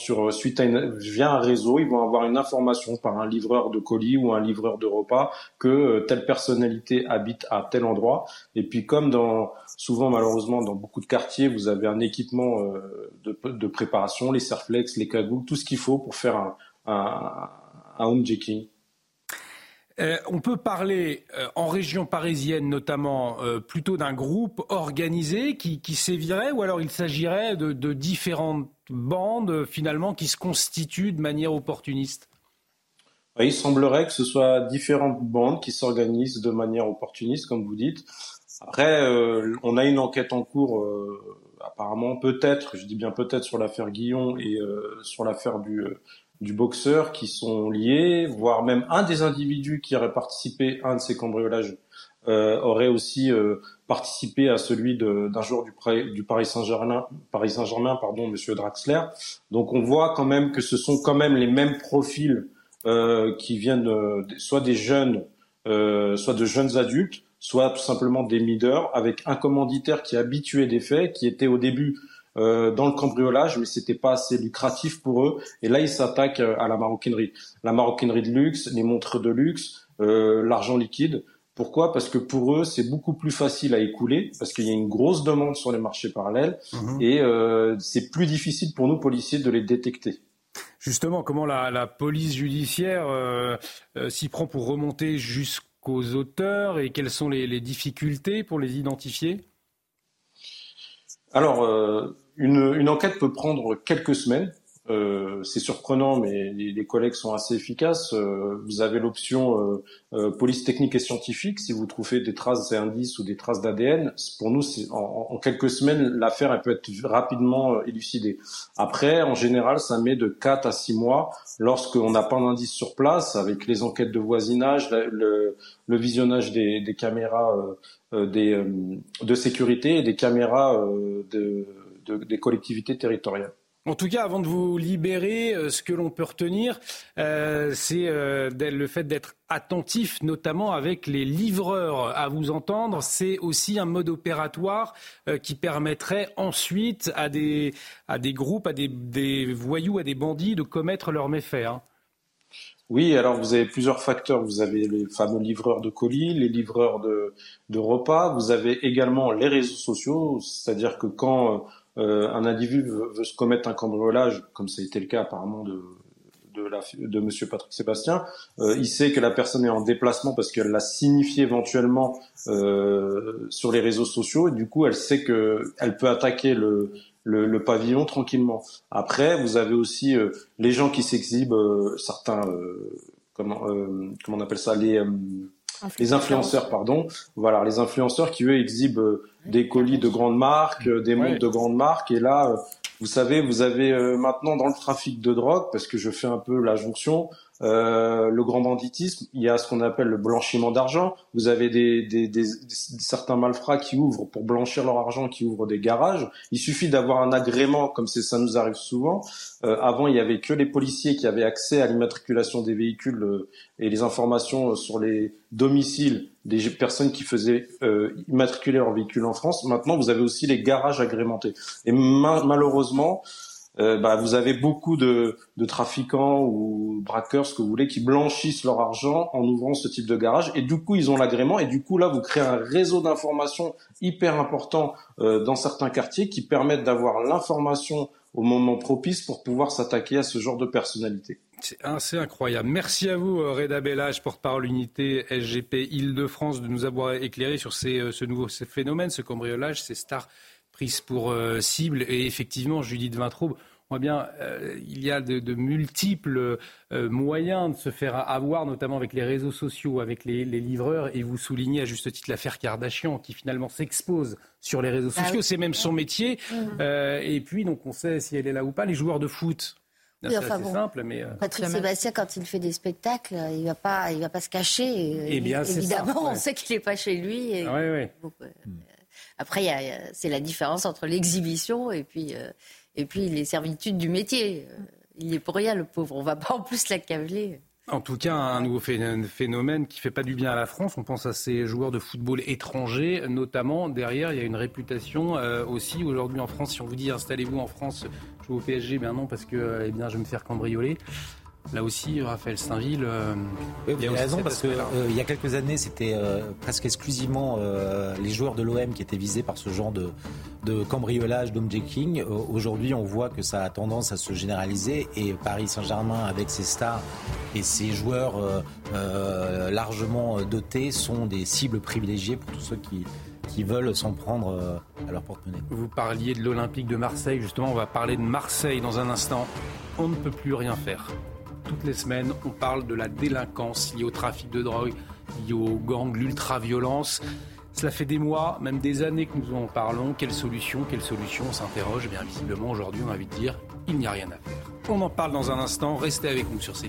via un réseau, ils vont avoir une information par un livreur de colis ou un livreur de repas que telle personnalité habite à tel endroit. Et puis, comme souvent, malheureusement, dans beaucoup de quartiers, vous avez un équipement de préparation, les serflex, les cagoules, tout ce qu'il faut pour faire un homejacking. On peut parler, en région parisienne notamment, plutôt d'un groupe organisé qui sévirait, ou alors il s'agirait de différentes bandes finalement qui se constituent de manière opportuniste ? Il semblerait que ce soit différentes bandes qui s'organisent de manière opportuniste, comme vous dites. Après, on a une enquête en cours, apparemment peut-être, je dis bien peut-être, sur l'affaire Guillon et sur l'affaire du boxeur qui sont liés, voire même un des individus qui aurait participé à un de ces cambriolages aurait aussi participé à celui d'un joueur du Paris Saint-Germain, Monsieur Draxler. Donc on voit quand même que ce sont quand même les mêmes profils qui viennent soit des jeunes, soit de jeunes adultes, soit tout simplement des mineurs, avec un commanditaire qui est habitué des faits, qui était au début dans le cambriolage, mais c'était pas assez lucratif pour eux. Et là, ils s'attaquent à la maroquinerie. La maroquinerie de luxe, les montres de luxe, l'argent liquide. Pourquoi ? Parce que pour eux, c'est beaucoup plus facile à écouler, parce qu'il y a une grosse demande sur les marchés parallèles, et c'est plus difficile pour nous, policiers, de les détecter. Justement, comment la police judiciaire s'y prend pour remonter jusqu'aux auteurs, et quelles sont les difficultés pour les identifier ? Alors, une enquête peut prendre quelques semaines. c'est surprenant, mais les collègues sont assez efficaces. Vous avez l'option police technique et scientifique. Si vous trouvez des traces et indices ou des traces d'ADN, pour nous, en quelques semaines, l'affaire elle peut être rapidement élucidée. Après, en général, ça met de 4 à 6 mois lorsqu'on n'a pas d'indice sur place, avec les enquêtes de voisinage, le visionnage des caméras de sécurité et des caméras des collectivités territoriales. En tout cas, avant de vous libérer, ce que l'on peut retenir, c'est le fait d'être attentif, notamment avec les livreurs. À vous entendre, c'est aussi un mode opératoire qui permettrait ensuite à des groupes, à des voyous, à des bandits de commettre leurs méfaits. Hein. Oui, alors vous avez plusieurs facteurs. Vous avez les fameux livreurs de colis, les livreurs de repas. Vous avez également les réseaux sociaux, c'est-à-dire que quand un individu veut se commettre un cambriolage, comme ça a été le cas apparemment de Monsieur Patrick Sébastien, il sait que la personne est en déplacement parce qu'elle l'a signifié éventuellement sur les réseaux sociaux, et du coup elle sait que elle peut attaquer le pavillon tranquillement. Après, vous avez aussi les gens qui s'exhibent, certains comment on appelle ça, les influenceurs, pardon. Voilà, les influenceurs qui, eux, exhibent des colis de grandes marques, des montres de grandes marques. Et là, vous savez, vous avez maintenant dans le trafic de drogue, parce que je fais un peu la jonction, le grand banditisme, il y a ce qu'on appelle le blanchiment d'argent. Vous avez certains malfrats qui ouvrent, pour blanchir leur argent, qui ouvrent des garages. Il suffit d'avoir un agrément, comme ça nous arrive souvent. Avant, il y avait que les policiers qui avaient accès à l'immatriculation des véhicules et les informations sur les domiciles des personnes qui faisaient immatriculer leur véhicule en France. Maintenant, vous avez aussi les garages agrémentés. Et malheureusement, vous avez beaucoup de trafiquants ou braqueurs, ce que vous voulez, qui blanchissent leur argent en ouvrant ce type de garage. Et du coup, ils ont l'agrément. Et du coup, là, vous créez un réseau d'informations hyper important dans certains quartiers qui permettent d'avoir l'information au moment propice pour pouvoir s'attaquer à ce genre de personnalité. C'est incroyable. Merci à vous, Reda Bellage, porte-parole unité SGP Île-de-France, de nous avoir éclairé sur ce nouveau phénomène, ce cambriolage, ces stars prises pour cible. Et effectivement, Judith Vintraube, on voit bien, il y a de multiples moyens de se faire avoir, notamment avec les réseaux sociaux, avec les livreurs. Et vous soulignez à juste titre l'affaire Kardashian, qui finalement s'expose sur les réseaux sociaux. C'est même son métier. Et puis, donc, on sait si elle est là ou pas. Les joueurs de foot. Oui, c'est simple, mais Patrick Sébastien, quand il fait des spectacles, il va pas se cacher. Évidemment, on sait qu'il n'est pas chez lui. Et... Donc, après, c'est la différence entre l'exhibition et puis les servitudes du métier. Il est pour rien, le pauvre. On ne va pas en plus l'accabler. En tout cas, un nouveau phénomène qui ne fait pas du bien à la France. On pense à ces joueurs de football étrangers, notamment. Derrière, il y a une réputation aussi. Aujourd'hui, en France, si on vous dit installez-vous en France, jouez au PSG, bien non, parce que je vais me faire cambrioler. Là aussi, Raphaël Steinville... Oui, vous avez raison, parce qu'il y a quelques années, c'était presque exclusivement les joueurs de l'OM qui étaient visés par ce genre de cambriolage, d'homejacking. Aujourd'hui, on voit que ça a tendance à se généraliser, et Paris Saint-Germain, avec ses stars et ses joueurs largement dotés, sont des cibles privilégiées pour tous ceux qui veulent s'en prendre à leur porte-monnaie. Vous parliez de l'Olympique de Marseille, justement, on va parler de Marseille dans un instant. On ne peut plus rien faire. Toutes les semaines, on parle de la délinquance liée au trafic de drogue, liée aux gangs, l'ultra-violence. Cela fait des mois, même des années que nous en parlons. Quelle solution on s'interroge. Eh bien, visiblement, aujourd'hui, on a envie de dire, il n'y a rien à faire. On en parle dans un instant. Restez avec nous sur CNews.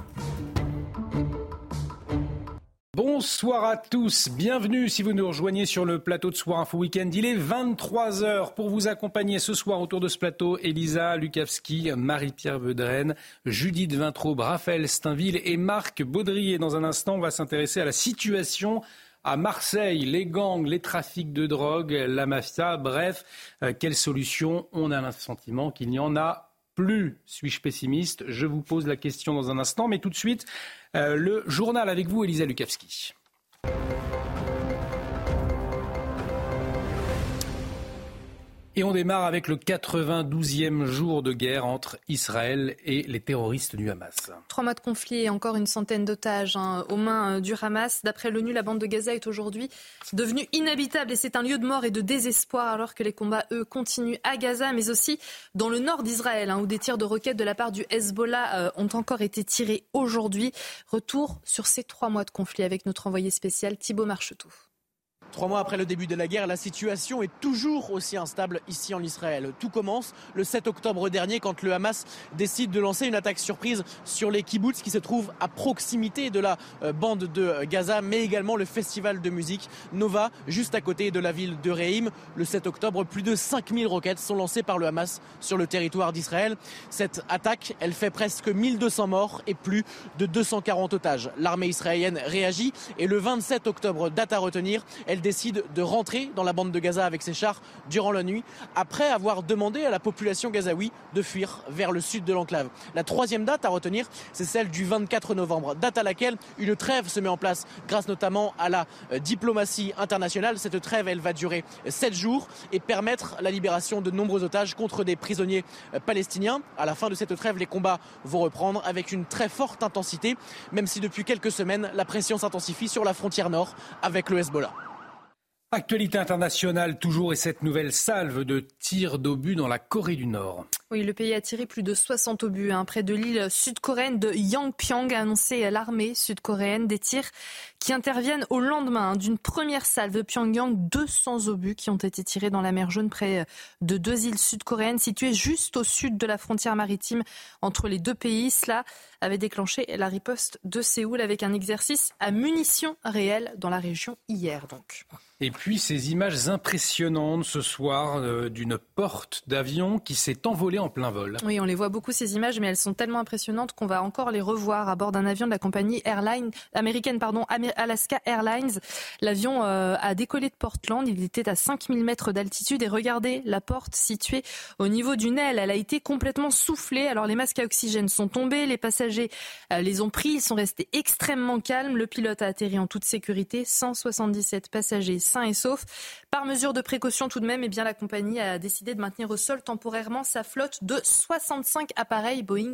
Bonsoir à tous, bienvenue si vous nous rejoignez sur le plateau de Soir Info Week-end. Il est 23h pour vous accompagner ce soir autour de ce plateau. Elisa Lukavski, Marie-Pierre Vedrenne, Judith Vintraube, Raphaël Steinville et Marc Baudrier. Dans un instant, on va s'intéresser à la situation à Marseille, les gangs, les trafics de drogue, la mafia, bref, quelle solution? On a le sentiment qu'il n'y en a plus. Suis-je pessimiste? Je vous pose la question dans un instant, mais tout de suite, le journal avec vous, Elisa Lukavski. Et on démarre avec le 92e jour de guerre entre Israël et les terroristes du Hamas. 3 mois de conflit et encore une centaine d'otages aux mains du Hamas. D'après l'ONU, la bande de Gaza est aujourd'hui devenue inhabitable et c'est un lieu de mort et de désespoir alors que les combats, eux, continuent à Gaza, mais aussi dans le nord d'Israël, où des tirs de roquettes de la part du Hezbollah ont encore été tirés aujourd'hui. Retour sur ces 3 mois de conflit avec notre envoyé spécial Thibaut Marcheteau. 3 mois après le début de la guerre, la situation est toujours aussi instable ici en Israël. Tout commence le 7 octobre dernier quand le Hamas décide de lancer une attaque surprise sur les kibboutz qui se trouvent à proximité de la bande de Gaza, mais également le festival de musique Nova, juste à côté de la ville de Re'im. Le 7 octobre, plus de 5000 roquettes sont lancées par le Hamas sur le territoire d'Israël. Cette attaque, elle fait presque 1200 morts et plus de 240 otages. L'armée israélienne réagit et le 27 octobre, date à retenir, elle décide de rentrer dans la bande de Gaza avec ses chars durant la nuit, après avoir demandé à la population gazaoui de fuir vers le sud de l'enclave. La 3e date à retenir, c'est celle du 24 novembre, date à laquelle une trêve se met en place grâce notamment à la diplomatie internationale. Cette trêve, elle va durer 7 jours et permettre la libération de nombreux otages contre des prisonniers palestiniens. À la fin de cette trêve, les combats vont reprendre avec une très forte intensité, même si depuis quelques semaines, la pression s'intensifie sur la frontière nord avec le Hezbollah. Actualité internationale toujours et cette nouvelle salve de tirs d'obus dans la Corée du Nord. Oui, le pays a tiré plus de 60 obus près de l'île sud-coréenne de Yangpyeong, a annoncé l'armée sud-coréenne. Des tirs qui interviennent au lendemain d'une première salve de Pyongyang. 200 obus qui ont été tirés dans la mer Jaune près de 2 îles sud-coréennes situées juste au sud de la frontière maritime entre les 2 pays. Cela avait déclenché la riposte de Séoul avec un exercice à munitions réelles dans la région hier donc. Et puis ces images impressionnantes ce soir d'une porte d'avion qui s'est envolée en plein vol. Oui, on les voit beaucoup ces images, mais elles sont tellement impressionnantes qu'on va encore les revoir à bord d'un avion de la compagnie américaine Alaska Airlines. L'avion a décollé de Portland, il était à 5000 mètres d'altitude et regardez la porte située au niveau d'une aile. Elle a été complètement soufflée, alors les masques à oxygène sont tombés, les passagers les ont pris, ils sont restés extrêmement calmes. Le pilote a atterri en toute sécurité, 177 passagers sains et saufs. Par mesure de précaution tout de même, la compagnie a décidé de maintenir au sol temporairement sa flotte de 65 appareils Boeing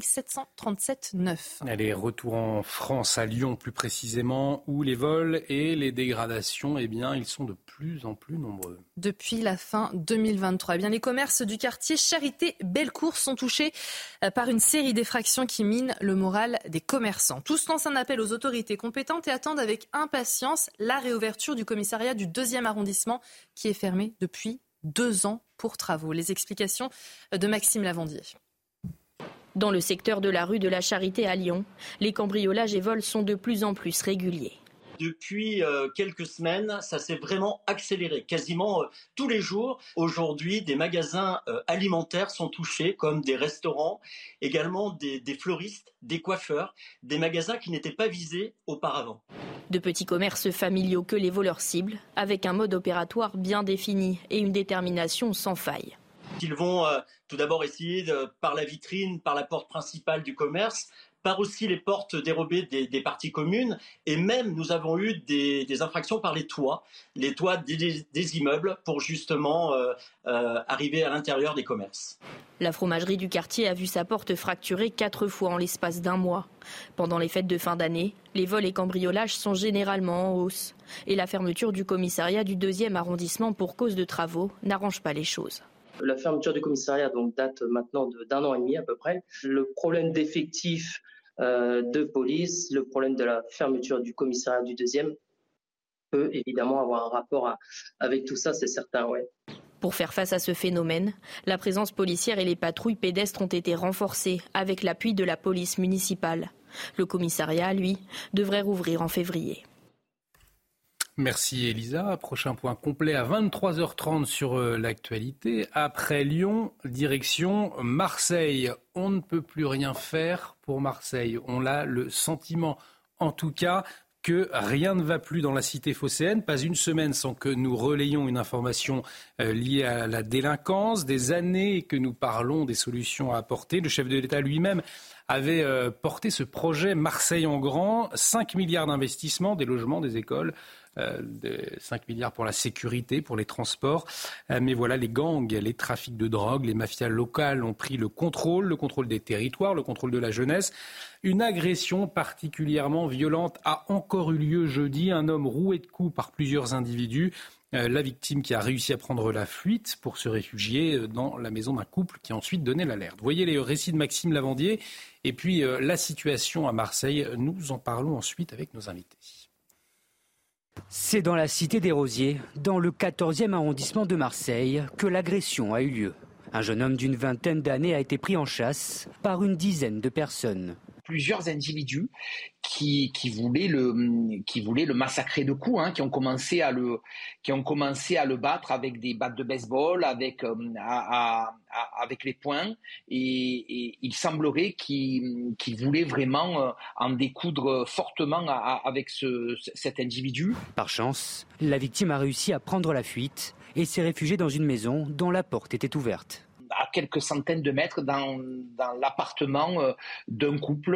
737-9. Allez, retour en France, à Lyon plus précisément, où les vols et les dégradations, ils sont de plus en plus nombreux. Depuis la fin 2023, les commerces du quartier Charité-Bellecour sont touchés par une série d'effractions qui minent le moral des commerçants. Tous lancent un appel aux autorités compétentes et attendent avec impatience la réouverture du commissariat du 2e arrondissement qui est fermé depuis 2 ans pour travaux. Les explications de Maxime Lavandier. Dans le secteur de la rue de la Charité à Lyon, les cambriolages et vols sont de plus en plus réguliers. Depuis quelques semaines, ça s'est vraiment accéléré, quasiment tous les jours. Aujourd'hui, des magasins alimentaires sont touchés, comme des restaurants, également des fleuristes, des coiffeurs, des magasins qui n'étaient pas visés auparavant. De petits commerces familiaux que les voleurs ciblent, avec un mode opératoire bien défini et une détermination sans faille. Ils vont tout d'abord essayer, par la vitrine, par la porte principale du commerce, par aussi les portes dérobées des parties communes. Et même, nous avons eu des infractions par les toits des immeubles pour justement arriver à l'intérieur des commerces. La fromagerie du quartier a vu sa porte fracturée 4 fois en l'espace d'1 mois. Pendant les fêtes de fin d'année, les vols et cambriolages sont généralement en hausse. Et la fermeture du commissariat du 2e arrondissement pour cause de travaux n'arrange pas les choses. La fermeture du commissariat date maintenant d'1 an et demi à peu près. Le problème d'effectifs de police, le problème de la fermeture du commissariat du 2e peut évidemment avoir un rapport avec tout ça, c'est certain, ouais. Pour faire face à ce phénomène, la présence policière et les patrouilles pédestres ont été renforcées avec l'appui de la police municipale. Le commissariat, lui, devrait rouvrir en février. Merci Elisa. Prochain point complet à 23h30 sur l'actualité. Après Lyon, direction Marseille. On ne peut plus rien faire pour Marseille. On a le sentiment, en tout cas, que rien ne va plus dans la cité phocéenne. Pas une semaine sans que nous relayions une information liée à la délinquance. Des années que nous parlons des solutions à apporter. Le chef de l'État lui-même avait porté ce projet Marseille en grand. 5 milliards d'investissements, des logements, des écoles, 5 milliards pour la sécurité, pour les transports. Mais voilà, les gangs, les trafics de drogue, les mafias locales ont pris le contrôle des territoires, le contrôle de la jeunesse. Une agression particulièrement violente a encore eu lieu jeudi. Un homme roué de coups par plusieurs individus. La victime qui a réussi à prendre la fuite pour se réfugier dans la maison d'un couple qui a ensuite donné l'alerte. Vous voyez les récits de Maxime Lavandier et puis la situation à Marseille. Nous en parlons ensuite avec nos invités. C'est dans la cité des Rosiers, dans le 14e arrondissement de Marseille, que l'agression a eu lieu. Un jeune homme d'une vingtaine d'années a été pris en chasse par une dizaine de personnes. Plusieurs individus qui voulaient le massacrer de coups, qui ont commencé à le battre avec des battes de baseball, avec les poings, et il semblerait qu'ils voulaient vraiment en découdre fortement avec cet individu. Par chance, la victime a réussi à prendre la fuite et s'est réfugiée dans une maison dont la porte était ouverte. À quelques centaines de mètres dans l'appartement d'un couple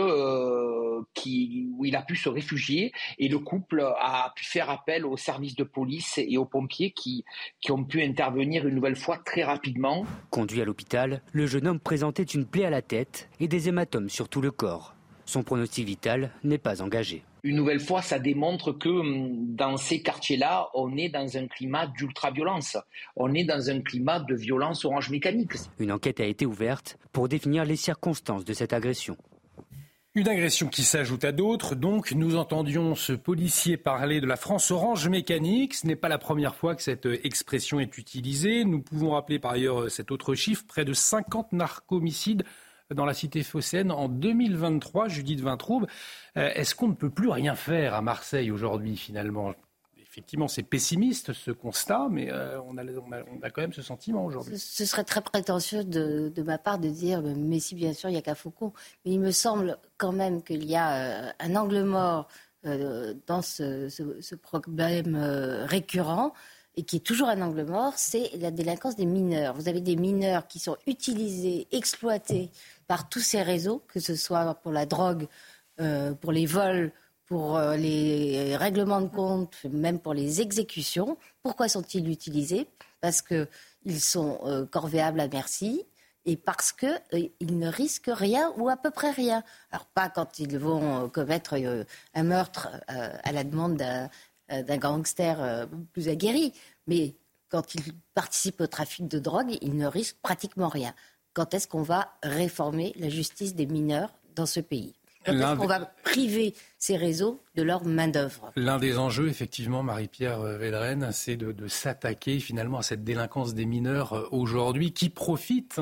où il a pu se réfugier, et le couple a pu faire appel aux services de police et aux pompiers qui ont pu intervenir une nouvelle fois très rapidement. Conduit à l'hôpital, le jeune homme présentait une plaie à la tête et des hématomes sur tout le corps. Son pronostic vital n'est pas engagé. Une nouvelle fois, ça démontre que dans ces quartiers-là, on est dans un climat d'ultra-violence. On est dans un climat de violence orange mécanique. Une enquête a été ouverte pour définir les circonstances de cette agression. Une agression qui s'ajoute à d'autres. Donc, nous entendions ce policier parler de la France orange mécanique. Ce n'est pas la première fois que cette expression est utilisée. Nous pouvons rappeler par ailleurs cet autre chiffre, près de 50 narco-homicides dans la cité phocéenne en 2023, Judith Vintraube. Est-ce qu'on ne peut plus rien faire à Marseille aujourd'hui, finalement ? Effectivement, c'est pessimiste ce constat, mais on a quand même ce sentiment aujourd'hui. Ce serait très prétentieux de ma part de dire, mais si bien sûr, il n'y a qu'à Faucon. Mais il me semble quand même qu'il y a un angle mort dans ce problème récurrent, et qui est toujours un angle mort, c'est la délinquance des mineurs. Vous avez des mineurs qui sont utilisés, exploités par tous ces réseaux, que ce soit pour la drogue, pour les vols, pour les règlements de compte, même pour les exécutions. Pourquoi sont-ils utilisés ? Parce qu'ils sont corvéables à merci et parce qu'ils ne risquent rien ou à peu près rien. Alors pas quand ils vont commettre un meurtre à la demande d'un gangster plus aguerri, mais quand ils participent au trafic de drogue, ils ne risquent pratiquement rien. Quand est-ce qu'on va réformer la justice des mineurs dans ce pays ? Quand est-ce qu'on va priver ces réseaux de leur main-d'œuvre ? L'un des enjeux, effectivement, Marie-Pierre Védrenne, c'est de s'attaquer finalement à cette délinquance des mineurs aujourd'hui qui profitent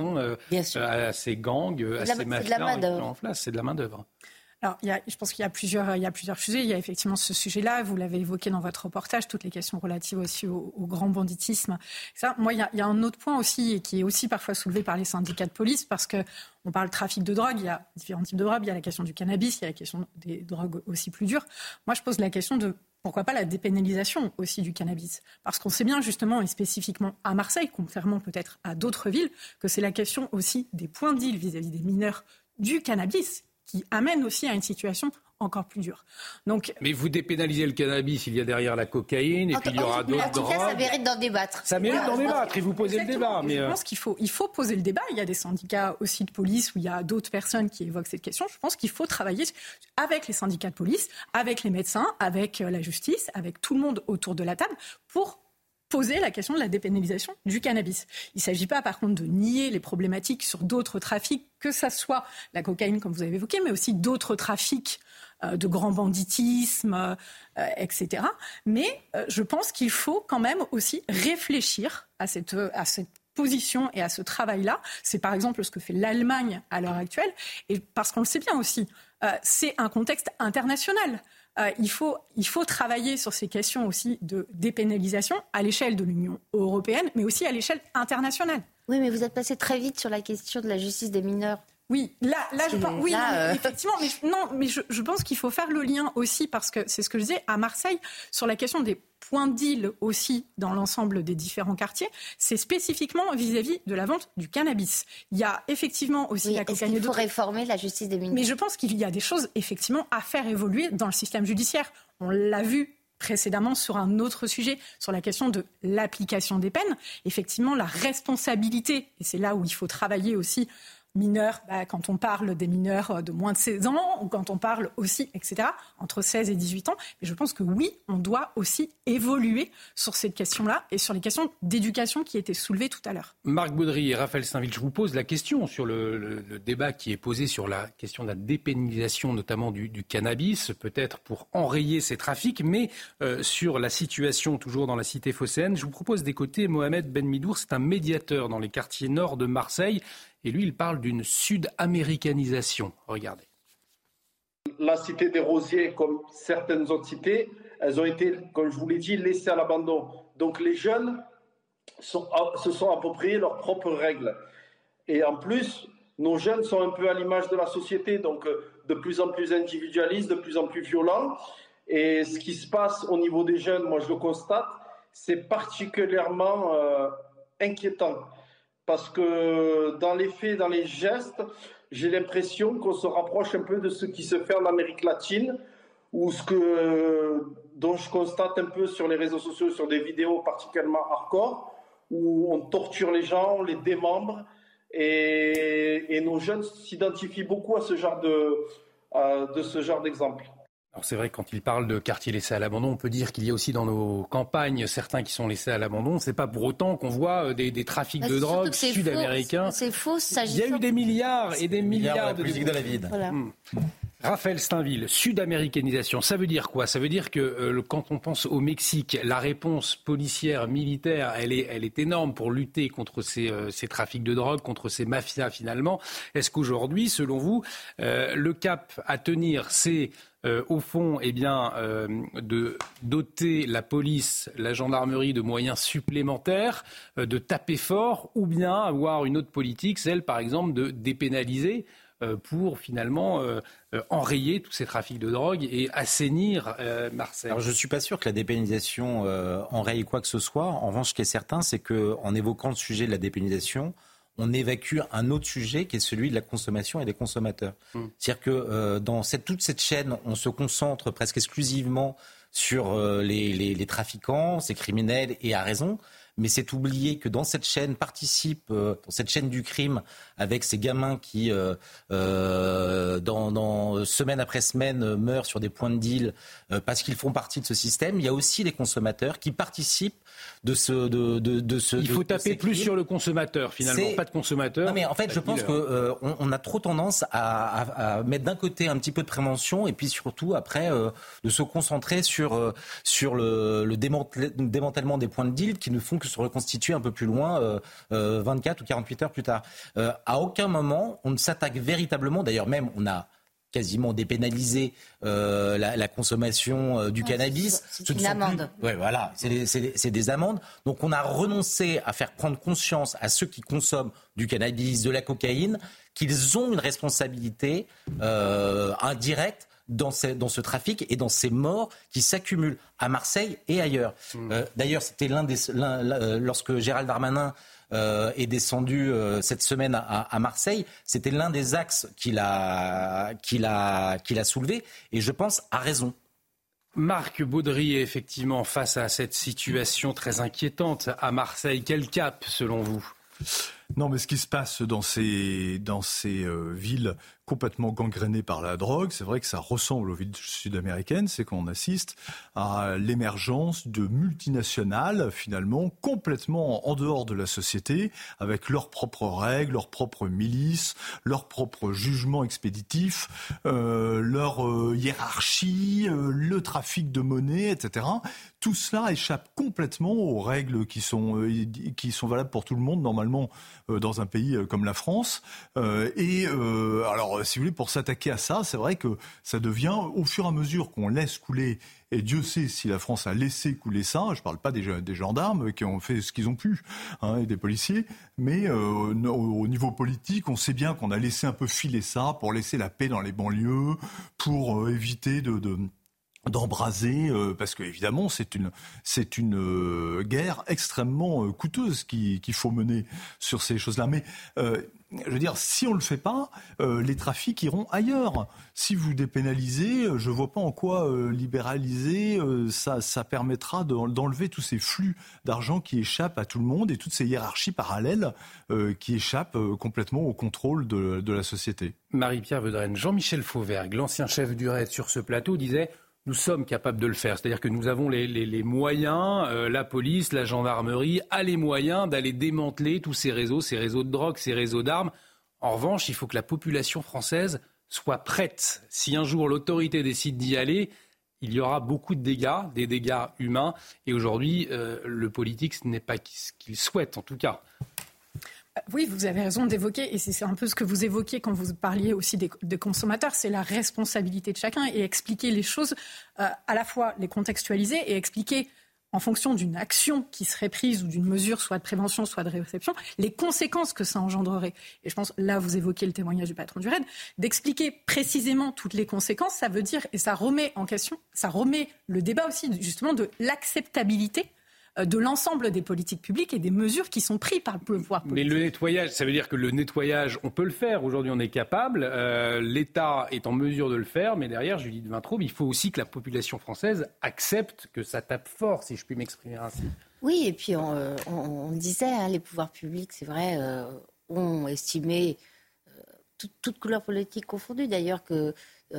à ces gangs, à ces mafias en place. C'est de la main-d'œuvre. Alors, je pense qu'il y a plusieurs sujets. Il y a effectivement ce sujet-là, vous l'avez évoqué dans votre reportage, toutes les questions relatives aussi au grand banditisme. Ça, moi, il y a un autre point aussi, et qui est aussi parfois soulevé par les syndicats de police, parce qu'on parle trafic de drogue, il y a différents types de drogues, il y a la question du cannabis, il y a la question des drogues aussi plus dures. Moi, je pose la question de pourquoi pas la dépénalisation aussi du cannabis ? Parce qu'on sait bien justement, et spécifiquement à Marseille, contrairement peut-être à d'autres villes, que c'est la question aussi des points de deal vis-à-vis des mineurs du cannabis qui amène aussi à une situation encore plus dure. Donc, mais vous dépénalisez le cannabis, il y a derrière la cocaïne, et puis il y aura d'autres drogues. Ça mérite d'en débattre. Ça mérite d'en débattre, et vous posez exactement. le débat. Je pense qu'il faut poser le débat. Il y a des syndicats aussi de police où il y a d'autres personnes qui évoquent cette question. Je pense qu'il faut travailler avec les syndicats de police, avec les médecins, avec la justice, avec tout le monde autour de la table pour poser la question de la dépénalisation du cannabis. Il ne s'agit pas, par contre, de nier les problématiques sur d'autres trafics, que ça soit la cocaïne, comme vous avez évoqué, mais aussi d'autres trafics de grand banditisme, etc. Mais je pense qu'il faut quand même aussi réfléchir à cette position et à ce travail-là. C'est par exemple ce que fait l'Allemagne à l'heure actuelle, et parce qu'on le sait bien aussi, c'est un contexte international. Il faut travailler sur ces questions aussi de dépénalisation à l'échelle de l'Union européenne, mais aussi à l'échelle internationale. Oui, mais vous êtes passé très vite sur la question de la justice des mineurs. Oui, là je pense. Oui, non, effectivement, mais je pense qu'il faut faire le lien aussi, parce que c'est ce que je disais à Marseille sur la question des points de deal aussi dans l'ensemble des différents quartiers. C'est spécifiquement vis-à-vis de la vente du cannabis. Il y a effectivement aussi la cocaïne. Il faut réformer la justice des mineurs. Mais je pense qu'il y a des choses effectivement à faire évoluer dans le système judiciaire. On l'a vu précédemment sur un autre sujet, sur la question de l'application des peines. Effectivement, la responsabilité, et c'est là où il faut travailler aussi, mineurs, quand on parle des mineurs de moins de 16 ans, ou quand on parle aussi, etc., entre 16 et 18 ans. Et je pense que oui, on doit aussi évoluer sur cette question-là et sur les questions d'éducation qui étaient soulevées tout à l'heure. Marc Baudry et Raphaël Steinville, je vous pose la question sur le débat qui est posé sur la question de la dépénalisation, notamment du cannabis, peut-être pour enrayer ces trafics, mais sur la situation toujours dans la cité phocéenne. Je vous propose d'écouter Mohamed Ben Midour, c'est un médiateur dans les quartiers nord de Marseille. Et lui, il parle d'une sud-américanisation. Regardez. La cité des Rosiers, comme certaines autres cités, elles ont été, comme je vous l'ai dit, laissées à l'abandon. Donc les jeunes se sont appropriés leurs propres règles. Et en plus, nos jeunes sont un peu à l'image de la société, donc de plus en plus individualistes, de plus en plus violents. Et ce qui se passe au niveau des jeunes, moi je le constate, c'est particulièrement inquiétant. Parce que dans les faits, dans les gestes, j'ai l'impression qu'on se rapproche un peu de ce qui se fait en Amérique latine, ou dont je constate un peu sur les réseaux sociaux, sur des vidéos particulièrement hardcore, où on torture les gens, on les démembre, et nos jeunes s'identifient beaucoup à ce genre d'exemple. Alors c'est vrai que quand il parle de quartiers laissés à l'abandon, on peut dire qu'il y a aussi dans nos campagnes certains qui sont laissés à l'abandon. C'est pas pour autant qu'on voit des trafics de drogue sud-américains. C'est faux. Il y a eu des milliards et des milliards de politique de la vide. Voilà. Raphaël Steinville, sud-américanisation, ça veut dire quoi ? Ça veut dire que quand on pense au Mexique, la réponse policière, militaire, elle est énorme pour lutter contre ces trafics de drogue, contre ces mafias finalement. Est-ce qu'aujourd'hui, selon vous, le cap à tenir, c'est au fond, de doter la police, la gendarmerie de moyens supplémentaires, de taper fort, ou bien avoir une autre politique, celle par exemple de dépénaliser pour finalement enrayer tous ces trafics de drogue et assainir Marseille. Alors je ne suis pas sûr que la dépénalisation enraye quoi que ce soit. En revanche, ce qui est certain, c'est qu'en évoquant le sujet de la dépénalisation, on évacue un autre sujet qui est celui de la consommation et des consommateurs. C'est-à-dire que dans toute cette chaîne, on se concentre presque exclusivement sur les trafiquants, ces criminels, et à raison. Mais c'est oublier que dans cette chaîne participent, dans cette chaîne du crime, avec ces gamins qui, semaine après semaine, meurent sur des points de deal parce qu'ils font partie de ce système. Il y a aussi les consommateurs qui participent de ce. Il faut taper plus sur le consommateur, finalement, pas de consommateur. Non, mais en fait, je pense qu'on a trop tendance à mettre d'un côté un petit peu de prévention et puis surtout après de se concentrer sur le démantèlement des points de deal qui ne font que se reconstituer un peu plus loin 24 ou 48 heures plus tard. À aucun moment, on ne s'attaque véritablement, d'ailleurs même on a quasiment dépénalisé la consommation du cannabis. C'est une amende. Ouais, voilà, c'est des amendes. Donc on a renoncé à faire prendre conscience à ceux qui consomment du cannabis, de la cocaïne, qu'ils ont une responsabilité indirecte dans ce trafic et dans ces morts qui s'accumulent à Marseille et ailleurs. D'ailleurs, c'était lorsque Gérald Darmanin est descendu cette semaine à Marseille, c'était l'un des axes qu'il a soulevé, et je pense à raison. Marc Baudry est effectivement face à cette situation très inquiétante à Marseille. Quel cap, selon vous ? Non, mais ce qui se passe dans ces villes complètement gangrénées par la drogue, c'est vrai que ça ressemble aux villes sud-américaines, c'est qu'on assiste à l'émergence de multinationales, finalement, complètement en dehors de la société, avec leurs propres règles, leurs propres milices, leurs propres jugements expéditifs, leur hiérarchie, le trafic de monnaie, etc. Tout cela échappe complètement aux règles qui sont valables pour tout le monde, normalement, dans un pays comme la France. Alors, si vous voulez, pour s'attaquer à ça, c'est vrai que ça devient, au fur et à mesure qu'on laisse couler, et Dieu sait si la France a laissé couler ça, je ne parle pas des gendarmes qui ont fait ce qu'ils ont pu, et des policiers, mais au niveau politique, on sait bien qu'on a laissé un peu filer ça pour laisser la paix dans les banlieues, pour éviter d'embraser, parce que évidemment c'est une guerre extrêmement coûteuse qu'il faut mener sur ces choses-là. Mais je veux dire, si on le fait pas, les trafics iront ailleurs. Si vous dépénalisez, je vois pas en quoi libéraliser ça permettra d'enlever tous ces flux d'argent qui échappent à tout le monde et toutes ces hiérarchies parallèles qui échappent complètement au contrôle de la société. Marie-Pierre Vedrenne, Jean-Michel Fauvergue, l'ancien chef du RAID sur ce plateau, disait: nous sommes capables de le faire, c'est-à-dire que nous avons les moyens, la police, la gendarmerie a les moyens d'aller démanteler tous ces réseaux de drogue, ces réseaux d'armes. En revanche, il faut que la population française soit prête. Si un jour l'autorité décide d'y aller, il y aura beaucoup de dégâts, des dégâts humains. Et aujourd'hui, le politique, ce n'est pas ce qu'il souhaite, en tout cas. Oui, vous avez raison d'évoquer, et c'est un peu ce que vous évoquiez quand vous parliez aussi des consommateurs, c'est la responsabilité de chacun et expliquer les choses, à la fois les contextualiser et expliquer en fonction d'une action qui serait prise ou d'une mesure soit de prévention, soit de réception, les conséquences que ça engendrerait. Et je pense, là, vous évoquez le témoignage du patron du RAID, d'expliquer précisément toutes les conséquences, ça veut dire, et ça remet en question, ça remet le débat aussi justement de l'acceptabilité de l'ensemble des politiques publiques et des mesures qui sont prises par le pouvoir politique. Mais le nettoyage, ça veut dire que le nettoyage, on peut le faire. Aujourd'hui, on est capable. L'État est en mesure de le faire. Mais derrière, Judith Vintraube, il faut aussi que la population française accepte que ça tape fort, si je puis m'exprimer ainsi. Oui, et puis on disait, les pouvoirs publics, c'est vrai, ont estimé, toute couleur politique confondue d'ailleurs, que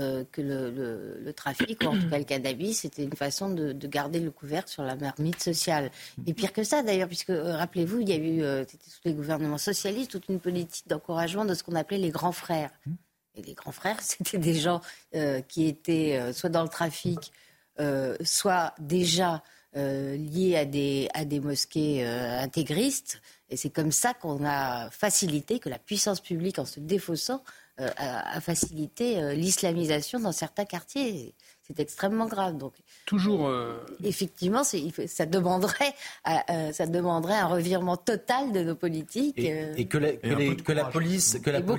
le trafic, ou en tout cas le cannabis, c'était une façon de garder le couvercle sur la marmite sociale. Et pire que ça d'ailleurs, puisque rappelez-vous, il y a eu, c'était sous les gouvernements socialistes, toute une politique d'encouragement de ce qu'on appelait les grands frères. Et les grands frères, c'était des gens qui étaient soit dans le trafic, soit déjà liés à des mosquées intégristes. Et c'est comme ça qu'on a facilité, que la puissance publique, en se défaussant, a facilité l'islamisation dans certains quartiers. C'est extrêmement grave. Donc, toujours. Effectivement, ça demanderait un revirement total de nos politiques. Et que la police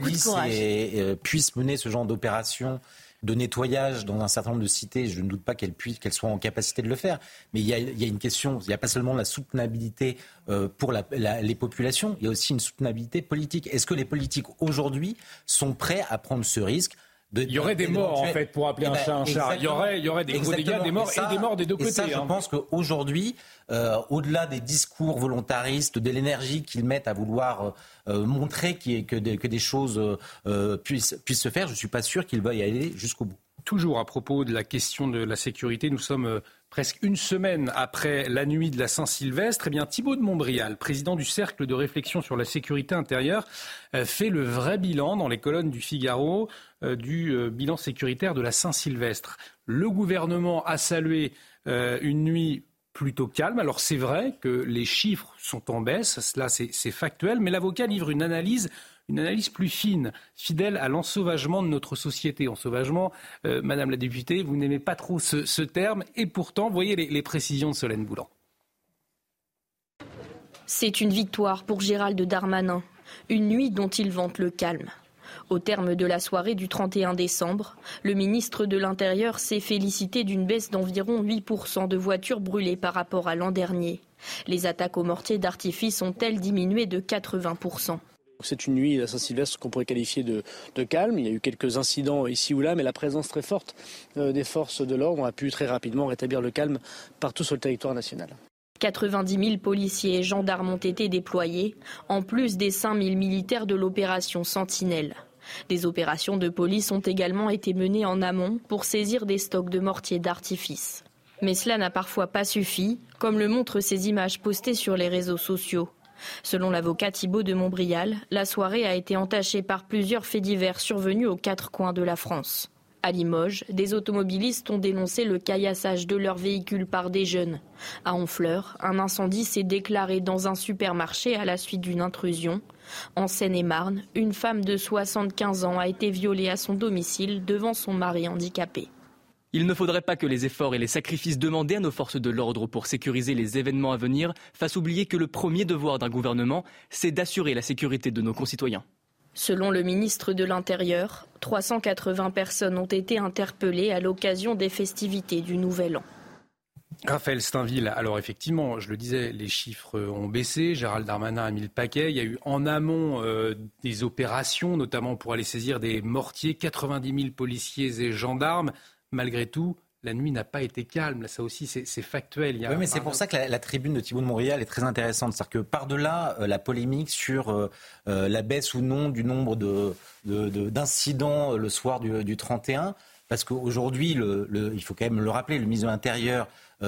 puisse mener ce genre d'opération de nettoyage dans un certain nombre de cités, je ne doute pas qu'elle soit en capacité de le faire. Mais il y a une question, il n'y a pas seulement la soutenabilité pour les populations, il y a aussi une soutenabilité politique. Est-ce que les politiques aujourd'hui sont prêts à prendre ce risque? Il y aurait des morts, en fait, pour appeler un chat un chat. Il y aurait des gros dégâts, des morts et des morts des deux côtés. Et ça, je pense qu'aujourd'hui, au-delà des discours volontaristes, de l'énergie qu'ils mettent à vouloir montrer que des choses puissent se faire, je ne suis pas sûr qu'ils veuillent aller jusqu'au bout. Toujours à propos de la question de la sécurité, nous sommes presque une semaine après la nuit de la Saint-Sylvestre. Eh bien, Thibault de Montbrial, président du Cercle de réflexion sur la sécurité intérieure, fait le vrai bilan dans les colonnes du Figaro du bilan sécuritaire de la Saint-Sylvestre. Le gouvernement a salué une nuit plutôt calme. Alors c'est vrai que les chiffres sont en baisse, cela c'est factuel, mais l'avocat livre une analyse plus fine, fidèle à l'ensauvagement de notre société. Ensauvagement, Madame la députée, vous n'aimez pas trop ce terme, et pourtant, voyez les précisions de Solène Boulan. C'est une victoire pour Gérald Darmanin, une nuit dont il vante le calme. Au terme de la soirée du 31 décembre, le ministre de l'Intérieur s'est félicité d'une baisse d'environ 8% de voitures brûlées par rapport à l'an dernier. Les attaques aux mortiers d'artifice ont-elles diminué de 80%. C'est une nuit à Saint-Sylvestre qu'on pourrait qualifier de calme. Il y a eu quelques incidents ici ou là, mais la présence très forte des forces de l'ordre a pu très rapidement rétablir le calme partout sur le territoire national. 90 000 policiers et gendarmes ont été déployés, en plus des 5 000 militaires de l'opération Sentinelle. Des opérations de police ont également été menées en amont pour saisir des stocks de mortiers d'artifice. Mais cela n'a parfois pas suffi, comme le montrent ces images postées sur les réseaux sociaux. Selon l'avocat Thibault de Montbrial, la soirée a été entachée par plusieurs faits divers survenus aux 4 coins de la France. À Limoges, des automobilistes ont dénoncé le caillassage de leurs véhicules par des jeunes. À Honfleur, un incendie s'est déclaré dans un supermarché à la suite d'une intrusion. En Seine-et-Marne, une femme de 75 ans a été violée à son domicile devant son mari handicapé. Il ne faudrait pas que les efforts et les sacrifices demandés à nos forces de l'ordre pour sécuriser les événements à venir fassent oublier que le premier devoir d'un gouvernement, c'est d'assurer la sécurité de nos concitoyens. Selon le ministre de l'Intérieur, 380 personnes ont été interpellées à l'occasion des festivités du Nouvel An. Raphaël Steinville, alors effectivement, je le disais, les chiffres ont baissé. Gérald Darmanin a mis le paquet. Il y a eu en amont des opérations, notamment pour aller saisir des mortiers, 90 000 policiers et gendarmes. Malgré tout, la nuit n'a pas été calme. Là, ça aussi, c'est factuel. Oui, mais c'est pour ça que la tribune de Thibault de Montbrial est très intéressante. C'est-à-dire que par-delà la polémique sur la baisse ou non du nombre d'incidents le soir du 31, parce qu'aujourd'hui, il faut quand même le rappeler, le ministre de l'Intérieur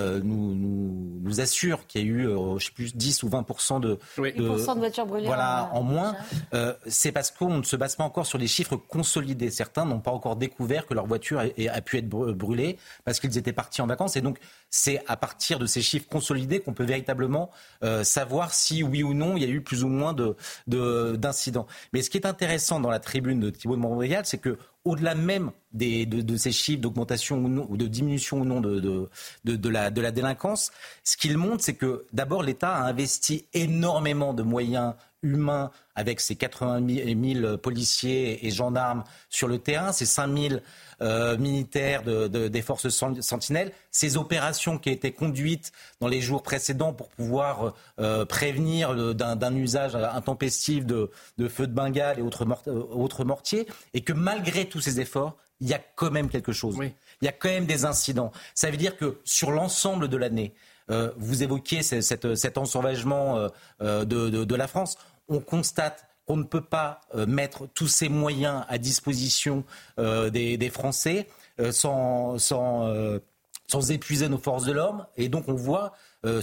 nous assure qu'il y a eu, je sais plus, 10 ou 20% de voitures brûlées en moins. C'est parce qu'on ne se base pas encore sur les chiffres consolidés. Certains n'ont pas encore découvert que leur voiture a pu être brûlée parce qu'ils étaient partis en vacances. Et donc, c'est à partir de ces chiffres consolidés qu'on peut véritablement savoir si, oui ou non, il y a eu plus ou moins d'incidents. Mais ce qui est intéressant dans la tribune de Thibault de Montbrial, c'est que au-delà même de ces chiffres d'augmentation ou, non, ou de diminution ou non de la délinquance, ce qu'il montre, c'est que d'abord l'État a investi énormément de moyens humains avec ses 80 000 policiers et gendarmes sur le terrain, ces 5 000 militaires des forces sentinelles, ces opérations qui ont été conduites dans les jours précédents pour pouvoir prévenir d'un usage intempestif de feux de Bengale et autres mortiers, et que malgré tous ces efforts, il y a quand même quelque chose. Oui. Il y a quand même des incidents. Ça veut dire que sur l'ensemble de l'année, vous évoquiez cet ensauvagement de la France. On constate qu'on ne peut pas mettre tous ces moyens à disposition des Français sans épuiser nos forces de l'ordre. Et donc on voit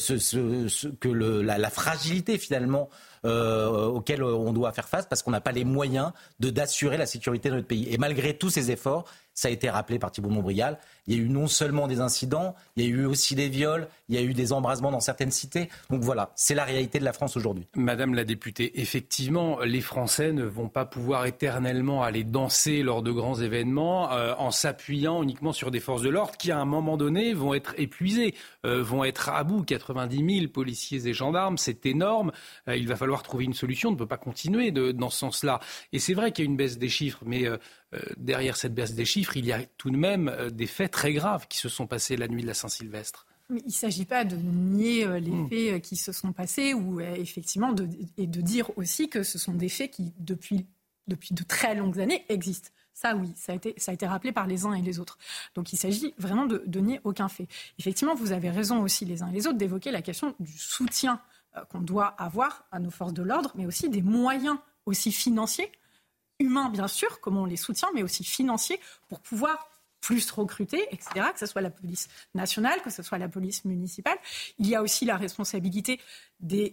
que la fragilité finalement auquel on doit faire face parce qu'on n'a pas les moyens d'assurer la sécurité de notre pays. Et malgré tous ces efforts, ça a été rappelé par Thibault de Montbrial, il y a eu non seulement des incidents, il y a eu aussi des viols, il y a eu des embrasements dans certaines cités. Donc voilà, c'est la réalité de la France aujourd'hui. Madame la députée, effectivement, les Français ne vont pas pouvoir éternellement aller danser lors de grands événements en s'appuyant uniquement sur des forces de l'ordre qui, à un moment donné, vont être épuisées, vont être à bout. 90 000 policiers et gendarmes, c'est énorme. Il va falloir trouver une solution. On ne peut pas continuer dans ce sens-là. Et c'est vrai qu'il y a une baisse des chiffres, mais derrière cette baisse des chiffres, il y a tout de même des faits très graves qui se sont passés la nuit de la Saint-Sylvestre. Mais il ne s'agit pas de nier les faits qui se sont passés ou effectivement de dire aussi que ce sont des faits qui, depuis de très longues années, existent. Ça, oui, ça a été rappelé par les uns et les autres. Donc il s'agit vraiment de nier aucun fait. Effectivement, vous avez raison aussi les uns et les autres d'évoquer la question du soutien qu'on doit avoir à nos forces de l'ordre, mais aussi des moyens aussi financiers, humains bien sûr, comment on les soutient, mais aussi financiers pour pouvoir plus recruter, etc., que ce soit la police nationale, que ce soit la police municipale. Il y a aussi la responsabilité des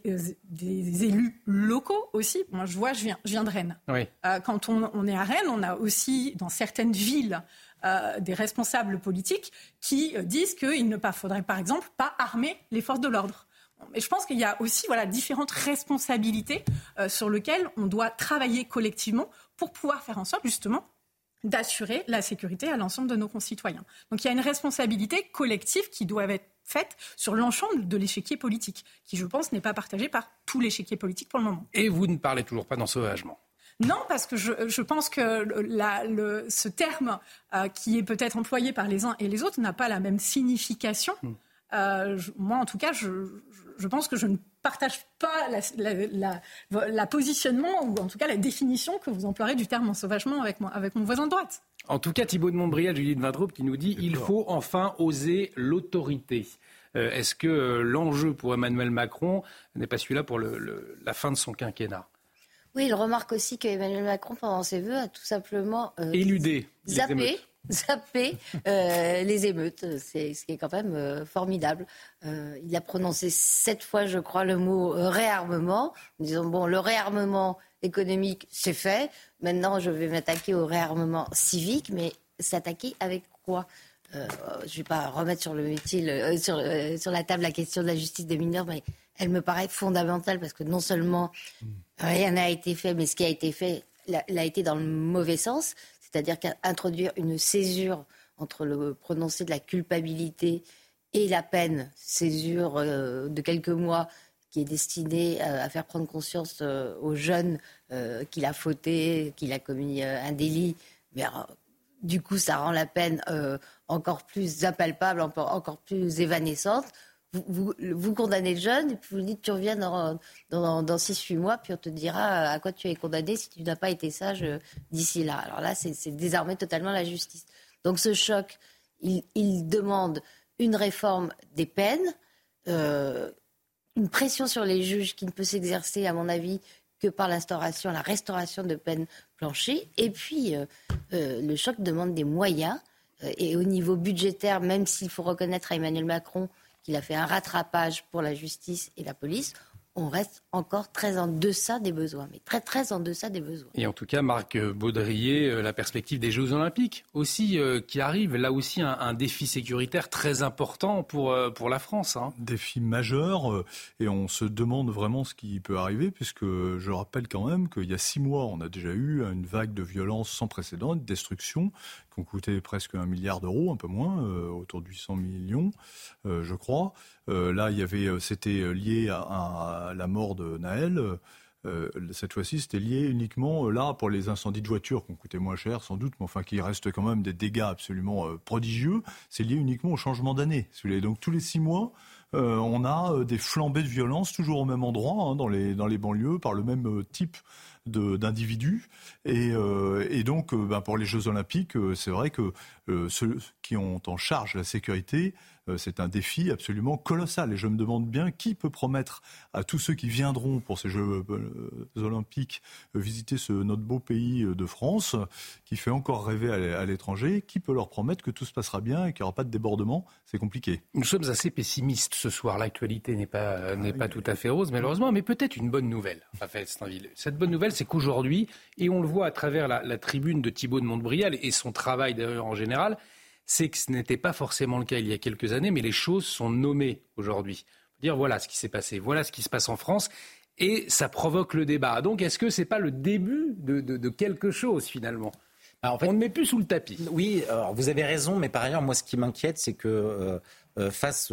élus locaux aussi. Moi, je viens de Rennes. Oui. Quand on est à Rennes, on a aussi, dans certaines villes, des responsables politiques qui disent qu'il ne faudrait, par exemple, pas armer les forces de l'ordre. Mais je pense qu'il y a aussi différentes responsabilités sur lesquelles on doit travailler collectivement pour pouvoir faire en sorte, justement, d'assurer la sécurité à l'ensemble de nos concitoyens. Donc il y a une responsabilité collective qui doit être faite sur l'ensemble de l'échiquier politique, qui, je pense, n'est pas partagé par tout l'échiquier politique pour le moment. Et vous ne parlez toujours pas d'ensauvagement ? Non, parce que je pense que ce terme qui est peut-être employé par les uns et les autres n'a pas la même signification. Moi, en tout cas, je pense que je ne partage pas la positionnement ou en tout cas la définition que vous emploierez du terme ensauvagement avec mon voisin de droite. En tout cas, Thibault de Montbrial, Judith Vintraube qui nous dit « Il faut enfin oser l'autorité ». Est-ce que l'enjeu pour Emmanuel Macron n'est pas celui-là pour la fin de son quinquennat ? Oui, il remarque aussi qu'Emmanuel Macron, pendant ses vœux, a tout simplement éludé zapper les émeutes. C'est ce qui est quand même formidable. Il a prononcé 7 fois, je crois, le mot réarmement, en disant, bon, le réarmement économique, c'est fait. Maintenant, je vais m'attaquer au réarmement civique, mais s'attaquer avec quoi ? Je ne vais pas remettre sur la table la question de la justice des mineurs, mais elle me paraît fondamentale parce que non seulement rien n'a été fait, mais ce qui a été fait l'a été dans le mauvais sens. C'est-à-dire qu'introduire une césure entre le prononcé de la culpabilité et la peine, césure de quelques mois, qui est destiné à faire prendre conscience aux jeunes qu'il a fauté, qu'il a commis un délit. Mais du coup, ça rend la peine encore plus impalpable, encore plus évanescente. Vous condamnez le jeune et puis vous lui dites tu reviens dans 6-8 mois, puis on te dira à quoi tu es condamné si tu n'as pas été sage d'ici là. Alors là, c'est désarmer totalement la justice. Donc ce choc, il demande une réforme des peines, une pression sur les juges qui ne peut s'exercer, à mon avis, que par la restauration de peines planchées. Et puis, le choc demande des moyens. Et au niveau budgétaire, même s'il faut reconnaître à Emmanuel Macron qu'il a fait un rattrapage pour la justice et la police, on reste encore très en deçà des besoins, mais très très en deçà des besoins. Et en tout cas, Marc Baudrier, la perspective des Jeux Olympiques aussi qui arrive, là aussi un défi sécuritaire très important pour la France. Défi majeur, et on se demande vraiment ce qui peut arriver, puisque je rappelle quand même qu'il y a 6 mois, on a déjà eu une vague de violence sans précédent, de destruction, qui ont coûté presque 1 milliard d'euros, un peu moins, autour de 800 millions, je crois. Là, c'était lié à la mort de Naël. Cette fois-ci, c'était lié uniquement là pour les incendies de voitures qui ont coûté moins cher, sans doute, mais enfin qui restent quand même des dégâts absolument prodigieux. C'est lié uniquement au changement d'année. Donc tous les 6 mois, on a des flambées de violence, toujours au même endroit, dans les banlieues, par le même type d'individus. Et donc, pour les Jeux Olympiques, c'est vrai que ceux qui ont en charge la sécurité, c'est un défi absolument colossal. Et je me demande bien qui peut promettre à tous ceux qui viendront pour ces Jeux Olympiques visiter notre beau pays de France, qui fait encore rêver à l'étranger, qui peut leur promettre que tout se passera bien et qu'il n'y aura pas de débordement. C'est compliqué. Nous sommes assez pessimistes ce soir. L'actualité n'est pas tout à fait rose, malheureusement, mais peut-être une bonne nouvelle, Raphaël Steinville. Cette bonne nouvelle, c'est qu'aujourd'hui, et on le voit à travers la tribune de Thibault de Montbrial et son travail d'ailleurs en général, c'est que ce n'était pas forcément le cas il y a quelques années, mais les choses sont nommées aujourd'hui. Dire voilà ce qui s'est passé, voilà ce qui se passe en France, et ça provoque le débat. Donc est-ce que ce n'est pas le début de quelque chose finalement ? En fait, on ne met plus sous le tapis. Oui, alors vous avez raison, mais par ailleurs, moi ce qui m'inquiète, c'est que face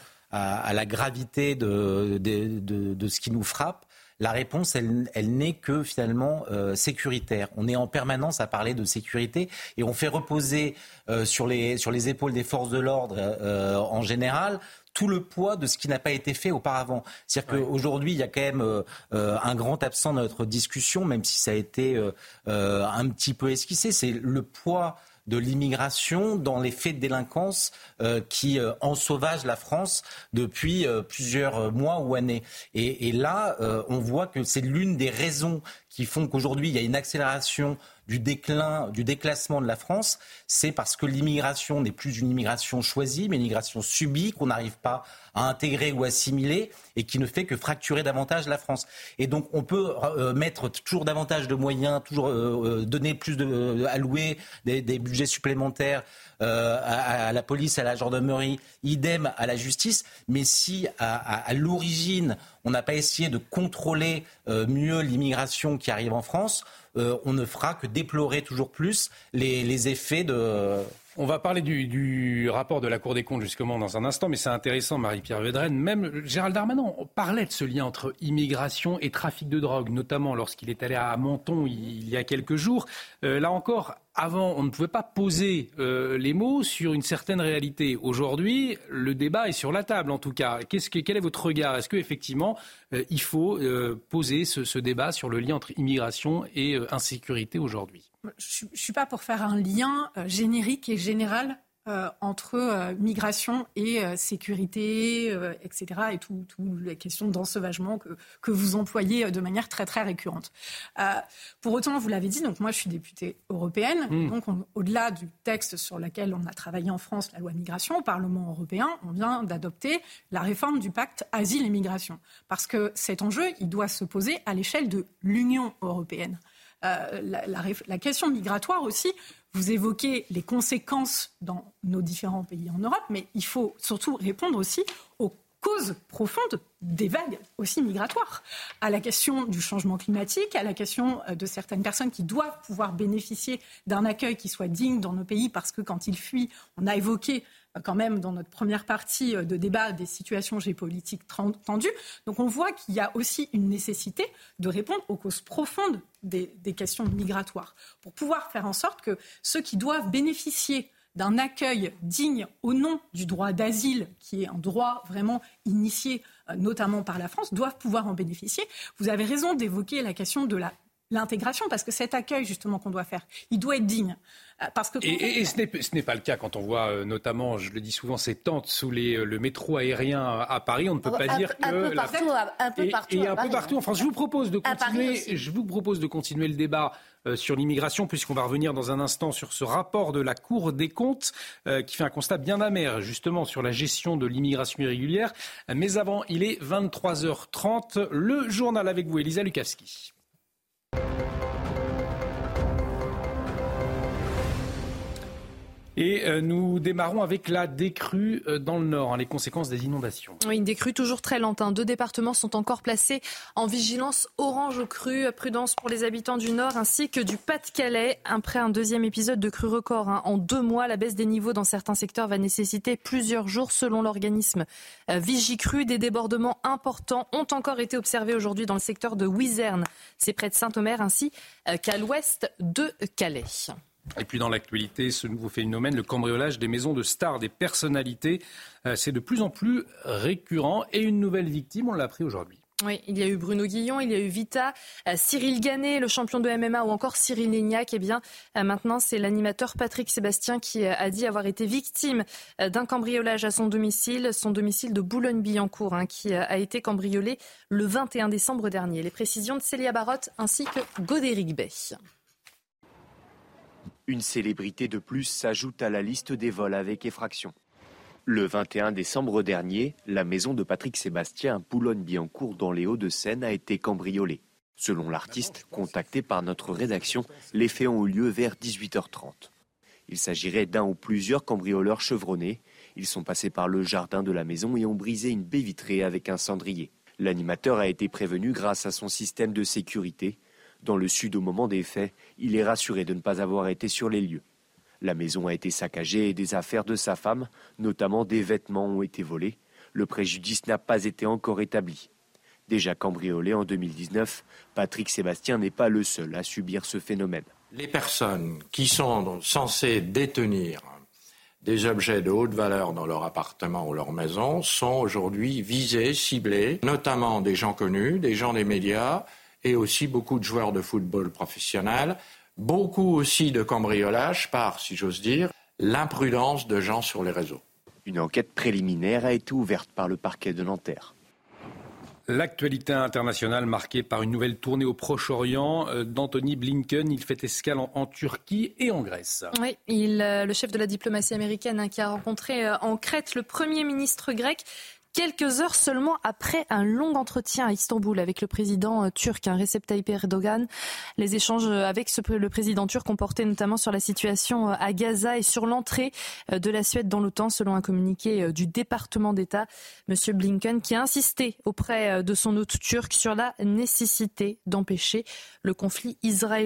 à la gravité de ce qui nous frappe, la réponse, elle n'est que finalement sécuritaire. On est en permanence à parler de sécurité et on fait reposer sur les épaules des forces de l'ordre en général tout le poids de ce qui n'a pas été fait auparavant. C'est-à-dire qu'aujourd'hui, il y a quand même un grand absent dans notre discussion, même si ça a été un petit peu esquissé, c'est le poids de l'immigration dans les faits de délinquance qui ensauvagent la France depuis plusieurs mois ou années. Et là, on voit que c'est l'une des raisons qui font qu'aujourd'hui, il y a une accélération du déclassement de la France, c'est parce que l'immigration n'est plus une immigration choisie, mais une immigration subie qu'on n'arrive pas à intégrer ou assimiler et qui ne fait que fracturer davantage la France. Et donc on peut mettre toujours davantage de moyens, toujours donner plus allouer des budgets supplémentaires à la police, à la gendarmerie, idem à la justice, mais si à l'origine on n'a pas essayé de contrôler mieux l'immigration qui arrive en France, on ne fera que déplorer toujours plus les effets de... On va parler du rapport de la Cour des comptes justement dans un instant, mais c'est intéressant, Marie-Pierre Védrenne. Même Gérald Darmanin parlait de ce lien entre immigration et trafic de drogue, notamment lorsqu'il est allé à Menton il y a quelques jours. Là encore, avant, on ne pouvait pas poser les mots sur une certaine réalité. Aujourd'hui, le débat est sur la table, en tout cas. Quel est votre regard ? Est-ce qu'effectivement, il faut poser ce débat sur le lien entre immigration et insécurité aujourd'hui ? Je ne suis pas pour faire un lien générique et général entre migration et sécurité, etc. et toutes les questions d'ensauvagement que vous employez de manière très très récurrente. Pour autant, vous l'avez dit, donc moi je suis députée européenne, donc au-delà du texte sur lequel on a travaillé en France, la loi migration, au Parlement européen, on vient d'adopter la réforme du pacte asile et migration. Parce que cet enjeu, il doit se poser à l'échelle de l'Union européenne. La question migratoire aussi, vous évoquez les conséquences dans nos différents pays en Europe, mais il faut surtout répondre aussi aux causes profondes des vagues aussi migratoires, à la question du changement climatique, à la question de certaines personnes qui doivent pouvoir bénéficier d'un accueil qui soit digne dans nos pays, parce que quand ils fuient, on a évoqué quand même dans notre première partie de débat des situations géopolitiques tendues. Donc on voit qu'il y a aussi une nécessité de répondre aux causes profondes des questions migratoires pour pouvoir faire en sorte que ceux qui doivent bénéficier d'un accueil digne au nom du droit d'asile, qui est un droit vraiment initié notamment par la France, doivent pouvoir en bénéficier. Vous avez raison d'évoquer la question de l'intégration, parce que cet accueil justement qu'on doit faire, il doit être digne. Parce que et ce n'est pas le cas quand on voit notamment, je le dis souvent, ces tentes sous le métro aérien à Paris. On ne peut pas dire que... Un peu partout en France. Je vous propose de continuer le débat sur l'immigration, puisqu'on va revenir dans un instant sur ce rapport de la Cour des comptes qui fait un constat bien amer justement sur la gestion de l'immigration irrégulière. Mais avant, il est 23h30. Le journal avec vous, Elisa Lukavski. Et nous démarrons avec la décrue dans le Nord, les conséquences des inondations. Oui, une décrue toujours très lente. 2 départements sont encore placés en vigilance orange aux crues. Prudence pour les habitants du Nord ainsi que du Pas-de-Calais. Après un deuxième épisode de crue record en 2 mois, la baisse des niveaux dans certains secteurs va nécessiter plusieurs jours selon l'organisme Vigicru. Des débordements importants ont encore été observés aujourd'hui dans le secteur de Wizerne. C'est près de Saint-Omer ainsi qu'à l'ouest de Calais. Et puis dans l'actualité, ce nouveau phénomène, le cambriolage des maisons de stars, des personnalités, c'est de plus en plus récurrent. Et une nouvelle victime, on l'a appris aujourd'hui. Oui, il y a eu Bruno Guillon, il y a eu Vita, Cyril Gannet, le champion de MMA, ou encore Cyril Lignac. Eh bien, maintenant, c'est l'animateur Patrick Sébastien qui a dit avoir été victime d'un cambriolage à son domicile de Boulogne-Billancourt, qui a été cambriolé le 21 décembre dernier. Les précisions de Célia Barotte ainsi que Godéric Bay. Une célébrité de plus s'ajoute à la liste des vols avec effraction. Le 21 décembre dernier, la maison de Patrick Sébastien à Boulogne-Billancourt dans les Hauts-de-Seine a été cambriolée. Selon l'artiste, contacté par notre rédaction, les faits ont eu lieu vers 18h30. Il s'agirait d'un ou plusieurs cambrioleurs chevronnés. Ils sont passés par le jardin de la maison et ont brisé une baie vitrée avec un cendrier. L'animateur a été prévenu grâce à son système de sécurité. Dans le sud, au moment des faits, il est rassuré de ne pas avoir été sur les lieux. La maison a été saccagée et des affaires de sa femme, notamment des vêtements, ont été volés. Le préjudice n'a pas été encore établi. Déjà cambriolé en 2019, Patrick Sébastien n'est pas le seul à subir ce phénomène. Les personnes qui sont censées détenir des objets de haute valeur dans leur appartement ou leur maison sont aujourd'hui visées, ciblées, notamment des gens connus, des gens des médias, et aussi beaucoup de joueurs de football professionnels, beaucoup aussi de cambriolage par, si j'ose dire, l'imprudence de gens sur les réseaux. Une enquête préliminaire a été ouverte par le parquet de Nanterre. L'actualité internationale marquée par une nouvelle tournée au Proche-Orient d'Anthony Blinken. Il fait escale en Turquie et en Grèce. Oui, le chef de la diplomatie américaine qui a rencontré en Crète le Premier ministre grec. Quelques heures seulement après un long entretien à Istanbul avec le président turc Recep Tayyip Erdogan. Les échanges avec le président turc ont porté notamment sur la situation à Gaza et sur l'entrée de la Suède dans l'OTAN, selon un communiqué du département d'État. Monsieur Blinken qui a insisté auprès de son hôte turc sur la nécessité d'empêcher le conflit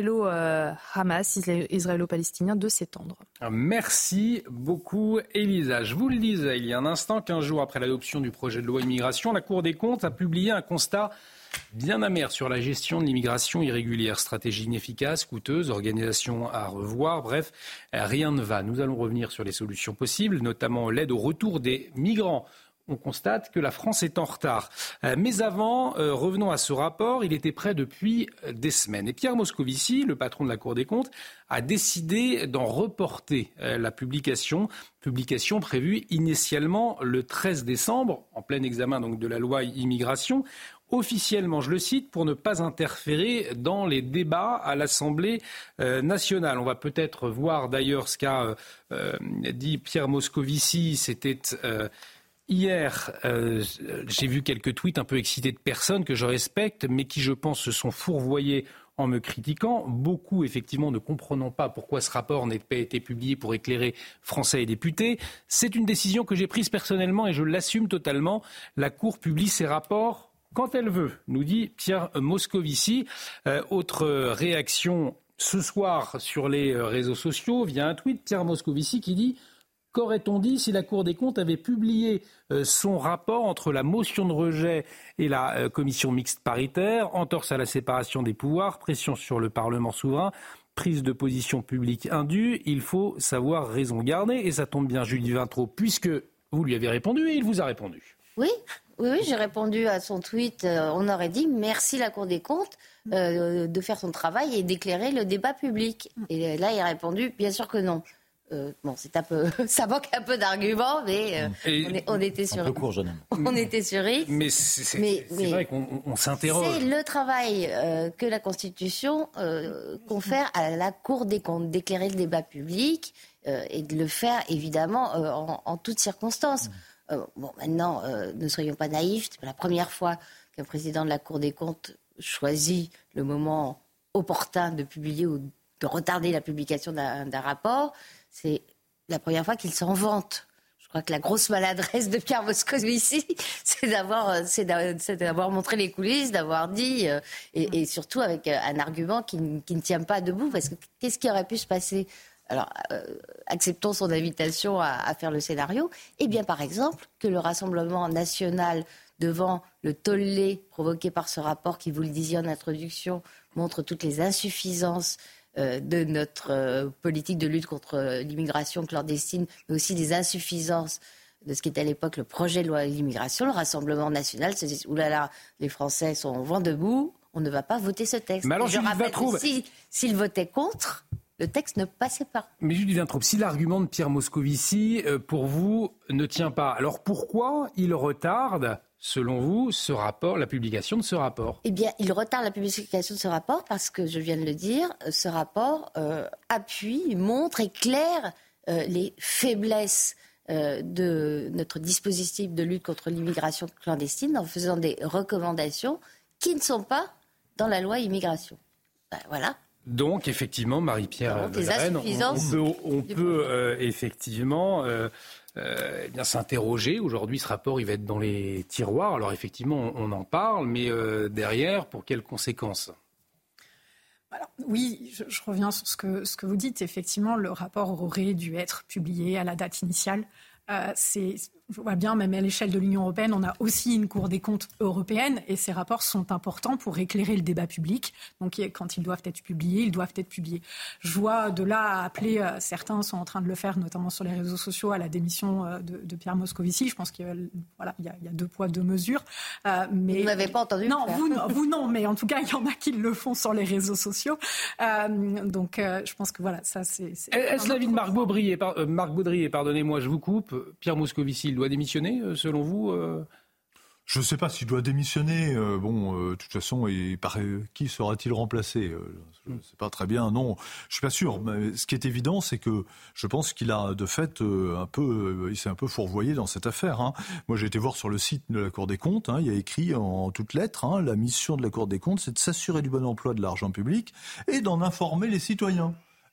israélo-palestinien de s'étendre. Merci beaucoup, Elisa. Je vous le disais il y a un instant, 15 jours après l'adoption du projet de loi immigration, la Cour des comptes a publié un constat bien amer sur la gestion de l'immigration irrégulière. Stratégie inefficace, coûteuse, organisation à revoir, bref, rien ne va. Nous allons revenir sur les solutions possibles, notamment l'aide au retour des migrants. On constate que la France est en retard. Mais avant, revenons à ce rapport. Il était prêt depuis des semaines. Et Pierre Moscovici, le patron de la Cour des comptes, a décidé d'en reporter la publication prévue initialement le 13 décembre, en plein examen donc de la loi immigration. Officiellement, je le cite, pour ne pas interférer dans les débats à l'Assemblée nationale. On va peut-être voir d'ailleurs ce qu'a dit Pierre Moscovici. C'était... Hier, j'ai vu quelques tweets un peu excités de personnes que je respecte, mais qui, je pense, se sont fourvoyés en me critiquant. Beaucoup, effectivement, ne comprenant pas pourquoi ce rapport n'a pas été publié pour éclairer Français et députés. C'est une décision que j'ai prise personnellement et je l'assume totalement. La Cour publie ses rapports quand elle veut, nous dit Pierre Moscovici. Autre réaction ce soir sur les réseaux sociaux via un tweet, Pierre Moscovici qui dit « Qu'aurait-on dit si la Cour des comptes avait publié son rapport entre la motion de rejet et la commission mixte paritaire, entorse à la séparation des pouvoirs, pression sur le Parlement souverain, prise de position publique indue, il faut savoir raison garder. Et ça tombe bien, Judith Vintraud, puisque vous lui avez répondu et il vous a répondu. Oui, j'ai répondu à son tweet. On aurait dit merci la Cour des comptes de faire son travail et d'éclairer le débat public. Et là, il a répondu bien sûr que non. C'est un peu, ça manque un peu d'arguments, mais on était sur. Un peu court, jeune homme. On était sur X. Mais c'est vrai qu'on s'interroge. C'est le travail que la Constitution confère à la Cour des comptes, d'éclairer le débat public et de le faire évidemment en toutes circonstances. Maintenant, ne soyons pas naïfs. C'est pas la première fois qu'un président de la Cour des comptes choisit le moment opportun de publier ou de retarder la publication d'un rapport. C'est la première fois qu'il s'en vante. Je crois que la grosse maladresse de Pierre Moscovici, c'est d'avoir montré les coulisses, d'avoir dit, et surtout avec un argument qui ne tient pas debout, parce que qu'est-ce qui aurait pu se passer ? Alors, acceptons son invitation à faire le scénario. Eh bien, par exemple, que le Rassemblement national, devant le tollé provoqué par ce rapport qui, vous le disiez en introduction, montre toutes les insuffisances de notre politique de lutte contre l'immigration clandestine, mais aussi des insuffisances de ce qui était à l'époque le projet de loi l'immigration. Le Rassemblement national se dit « Oulala, les Français sont vent debout, on ne va pas voter ce texte ». Mais alors, je rappelle que s'ils votaient contre, le texte ne passait pas. Mais Judith Vintraud, si l'argument de Pierre Moscovici, pour vous, ne tient pas, alors pourquoi il retarde, selon vous, ce rapport, la publication de ce rapport ? Eh bien, il retarde la publication de ce rapport parce que, je viens de le dire, ce rapport appuie, montre, éclaire les faiblesses de notre dispositif de lutte contre l'immigration clandestine en faisant des recommandations qui ne sont pas dans la loi immigration. Voilà. Donc, effectivement, Marie-Pierre Vedrenne, on peut effectivement s'interroger. Aujourd'hui, ce rapport, il va être dans les tiroirs. Alors, effectivement, on en parle, mais derrière, pour quelles conséquences ? Alors, oui, je reviens sur ce que vous dites. Effectivement, le rapport aurait dû être publié à la date initiale. Je vois bien, même à l'échelle de l'Union européenne, on a aussi une Cour des comptes européenne et ces rapports sont importants pour éclairer le débat public. Donc, quand ils doivent être publiés, ils doivent être publiés. Je vois de là à appeler, certains sont en train de le faire, notamment sur les réseaux sociaux, à la démission de Pierre Moscovici. Je pense qu'il y a deux poids, deux mesures. Mais... Vous n'avez pas entendu Non, vous non, mais en tout cas, il y en a qui le font sur les réseaux sociaux. Donc, je pense que voilà, ça c'est... Est-ce l'avis de Marc Baudrier, pardonnez-moi, je vous coupe. Pierre Moscovici, doit démissionner, selon vous Je ne sais pas s'il doit démissionner. De toute façon, qui sera-t-il remplacé Je ne sais pas très bien. Non, je suis pas sûr. Mais ce qui est évident, c'est que je pense qu'il a de fait il s'est un peu fourvoyé dans cette affaire. Hein. Moi, j'ai été voir sur le site de la Cour des comptes. Il y a écrit en toutes lettres, la mission de la Cour des comptes, c'est de s'assurer du bon emploi de l'argent public et d'en informer les citoyens.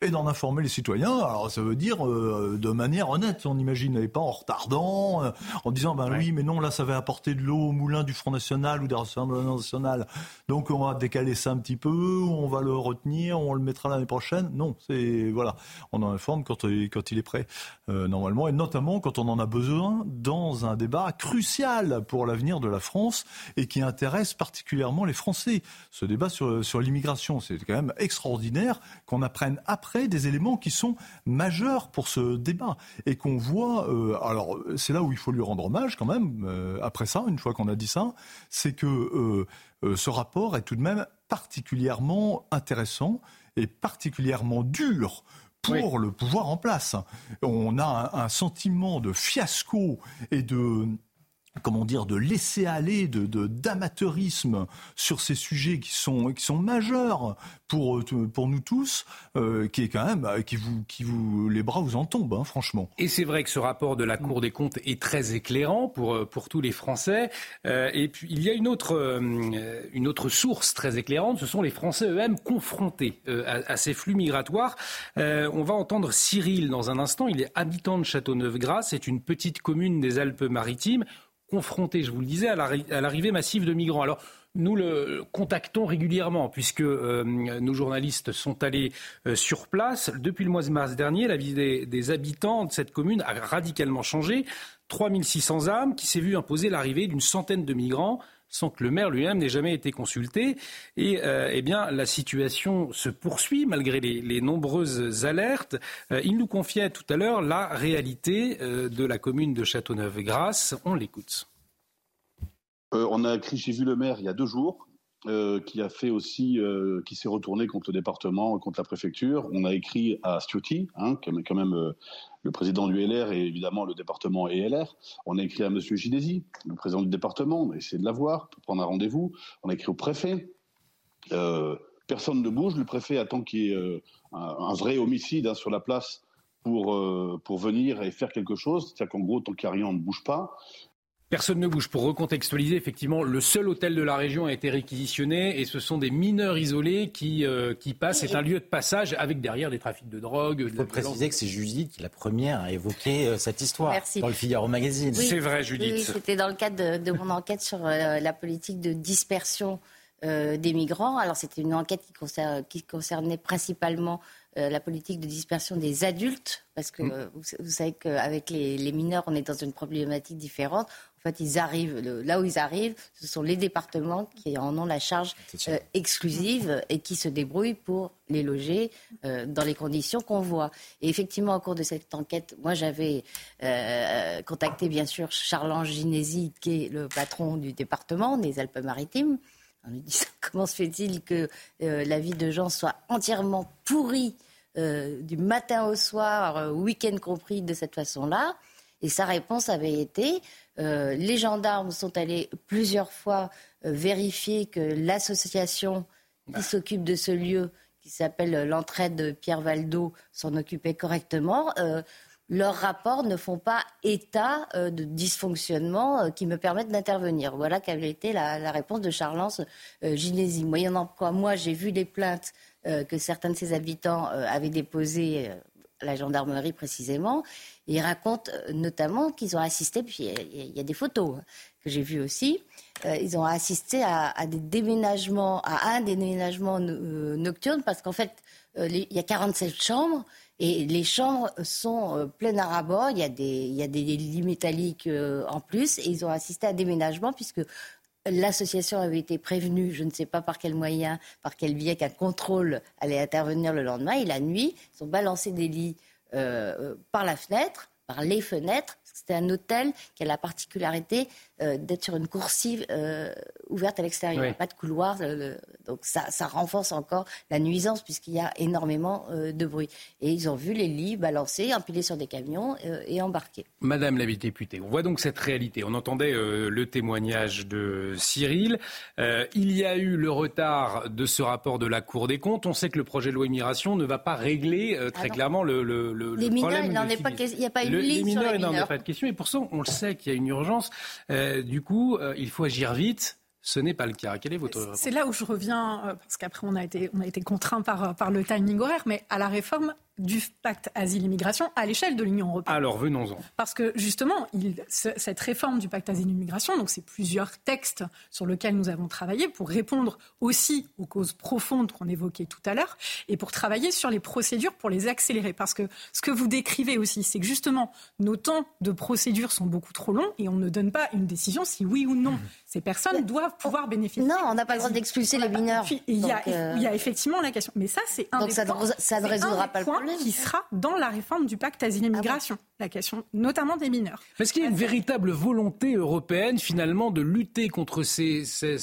Alors ça veut dire de manière honnête, on imagine, et pas en retardant, en disant oui, mais non, là ça va apporter de l'eau au moulin du Front National ou du Rassemblement National, donc on va décaler ça un petit peu, on va le retenir, on le mettra l'année prochaine. Non, on en informe quand il est prêt, normalement, et notamment quand on en a besoin dans un débat crucial pour l'avenir de la France et qui intéresse particulièrement les Français. Ce débat sur l'immigration, c'est quand même extraordinaire qu'on apprenne après des éléments qui sont majeurs pour ce débat et qu'on voit, alors c'est là où il faut lui rendre hommage quand même, après ça, une fois qu'on a dit ça, c'est que ce rapport est tout de même particulièrement intéressant et particulièrement dur pour le pouvoir en place. On a un sentiment de fiasco et de laisser aller, d'amateurisme sur ces sujets qui sont majeurs pour nous tous, qui est quand même, les bras vous en tombent, franchement. Et c'est vrai que ce rapport de la Cour des comptes est très éclairant pour tous les Français. Et puis il y a une autre source très éclairante, ce sont les Français eux-mêmes confrontés à ces flux migratoires. On va entendre Cyril dans un instant. Il est habitant de Châteauneuf-Grasse, c'est une petite commune des Alpes-Maritimes, confronté, je vous le disais, à l'arrivée massive de migrants. Alors, Nous le contactons régulièrement puisque nos journalistes sont allés sur place. Depuis le mois de mars dernier, la vie des habitants de cette commune a radicalement changé. 3600 âmes qui s'est vu imposer l'arrivée d'une centaine de migrants sans que le maire lui-même n'ait jamais été consulté. Et la situation se poursuit malgré les nombreuses alertes. Il nous confiait tout à l'heure la réalité de la commune de Châteauneuf-Grasse. On l'écoute. On a écrit, j'ai vu le maire il y a 2 jours, qui a fait aussi, qui s'est retourné contre le département, contre la préfecture. On a écrit à Ciotti, quand même le président du LR et évidemment le département est LR. On a écrit à M. Ginesi, le président du département. On a essayé de l'avoir pour prendre un rendez-vous. On a écrit au préfet. Personne ne bouge. Le préfet attend qu'il y ait un vrai homicide sur la place pour venir et faire quelque chose. C'est-à-dire qu'en gros, tant qu'il n'y a rien, on ne bouge pas. Personne ne bouge. Pour recontextualiser, effectivement, le seul hôtel de la région a été réquisitionné et ce sont des mineurs isolés qui passent. C'est un lieu de passage avec derrière des trafics de drogue. Il faut préciser que c'est Judith qui est la première à évoquer cette histoire dans le Figaro Magazine. Oui, c'est vrai, Judith. Oui, c'était dans le cadre de mon enquête sur la politique de dispersion des migrants. Alors c'était une enquête qui concernait principalement la politique de dispersion des adultes, parce que vous savez qu'avec les mineurs, on est dans une problématique différente. En fait, ils arrivent, là où ils arrivent, ce sont les départements qui en ont la charge exclusive et qui se débrouillent pour les loger dans les conditions qu'on voit. Et effectivement, au cours de cette enquête, moi j'avais contacté bien sûr Charles-Ange Ginesi, qui est le patron du département des Alpes-Maritimes, en lui disant comment se fait-il que la vie de gens soit entièrement pourrie du matin au soir, week-end compris, de cette façon-là. Et sa réponse avait été les gendarmes sont allés plusieurs fois vérifier que l'association qui s'occupe de ce lieu, qui s'appelle l'Entraide Pierre Valdo, s'en occupait correctement. Leurs rapports ne font pas état de dysfonctionnement qui me permettent d'intervenir. Voilà qu'avait été la réponse de Charles-Ange Ginesi. Moyennant quoi, moi, j'ai vu les plaintes que certains de ses habitants avaient déposées à la gendarmerie précisément. Et ils racontent notamment qu'ils ont assisté, puis il y a des photos que j'ai vues aussi, ils ont assisté à des déménagements, à un déménagement nocturne, parce qu'en fait, il y a 47 chambres, et les chambres sont pleines à ras-bord, il y a des lits métalliques en plus, et ils ont assisté à un déménagement, puisque l'association avait été prévenue, je ne sais pas par quel moyen, par quel biais, qu'un contrôle allait intervenir le lendemain, et la nuit, ils ont balancé des lits par la fenêtre, par les fenêtres. C'était un hôtel qui a la particularité d'être sur une coursive ouverte à l'extérieur. Oui. Pas de couloir. Donc ça renforce encore la nuisance puisqu'il y a énormément de bruit. Et ils ont vu les lits balancés, empilés sur des camions et embarqués. Madame la députée, on voit donc cette réalité. On entendait le témoignage de Cyril. Il y a eu le retard de ce rapport de la Cour des comptes. On sait que le projet de loi immigration ne va pas régler très clairement le les mineurs, problème. Il n'y a pas eu de ligne sur les mineurs. Il n'en est pas de question. Et pour ça, on le sait qu'il y a une urgence. Du coup, il faut agir vite. Ce n'est pas le cas. Quelle est votre réponse ? C'est là où je reviens, parce qu'après on a été contraint par le timing horaire, mais à la réforme du pacte asile-immigration à l'échelle de l'Union européenne. Alors, venons-en. Parce que, justement, cette réforme du pacte asile-immigration, donc c'est plusieurs textes sur lesquels nous avons travaillé pour répondre aussi aux causes profondes qu'on évoquait tout à l'heure et pour travailler sur les procédures pour les accélérer. Parce que ce que vous décrivez aussi, c'est que, justement, nos temps de procédure sont beaucoup trop longs et on ne donne pas une décision si oui ou non ces personnes doivent pouvoir bénéficier. Non, on n'a pas le droit d'expulser les mineurs. Puis, il y a effectivement la question. Mais ça, c'est un donc des ça points. Ça ne résoudra pas le problème. Qui sera dans la réforme du pacte asile-immigration, la question notamment des mineurs. Est-ce qu'il y a une véritable volonté européenne finalement de lutter contre ces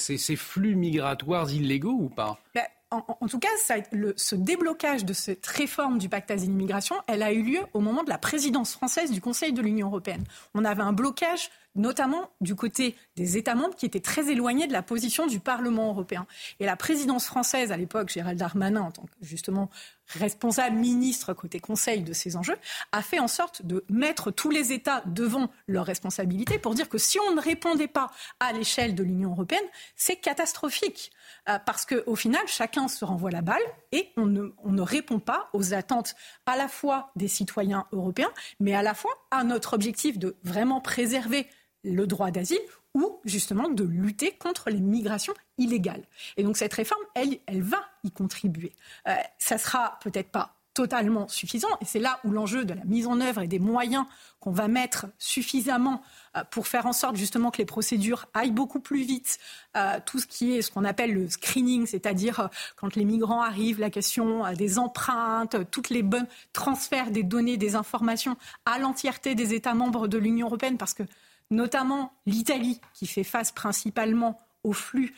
flux migratoires illégaux ou pas ? En tout cas, ce déblocage de cette réforme du pacte asile-immigration, elle a eu lieu au moment de la présidence française du Conseil de l'Union européenne. On avait un blocage, notamment du côté des États membres, qui étaient très éloignés de la position du Parlement européen. Et la présidence française, à l'époque, Gérald Darmanin, en tant que justement responsable ministre côté Conseil de ces enjeux, a fait en sorte de mettre tous les États devant leurs responsabilités pour dire que si on ne répondait pas à l'échelle de l'Union européenne, c'est catastrophique. Parce qu'au final, chacun se renvoie la balle et on ne répond pas aux attentes à la fois des citoyens européens, mais à la fois à notre objectif de vraiment préserver le droit d'asile, ou justement de lutter contre les migrations illégales. Et donc cette réforme, elle va y contribuer. Ça sera peut-être pas totalement suffisant, et c'est là où l'enjeu de la mise en œuvre et des moyens qu'on va mettre suffisamment pour faire en sorte justement que les procédures aillent beaucoup plus vite, tout ce qui est ce qu'on appelle le screening, c'est-à-dire quand les migrants arrivent, la question des empreintes, toutes les bonnes transferts des données, des informations à l'entièreté des États membres de l'Union européenne, parce que notamment l'Italie, qui fait face principalement au flux,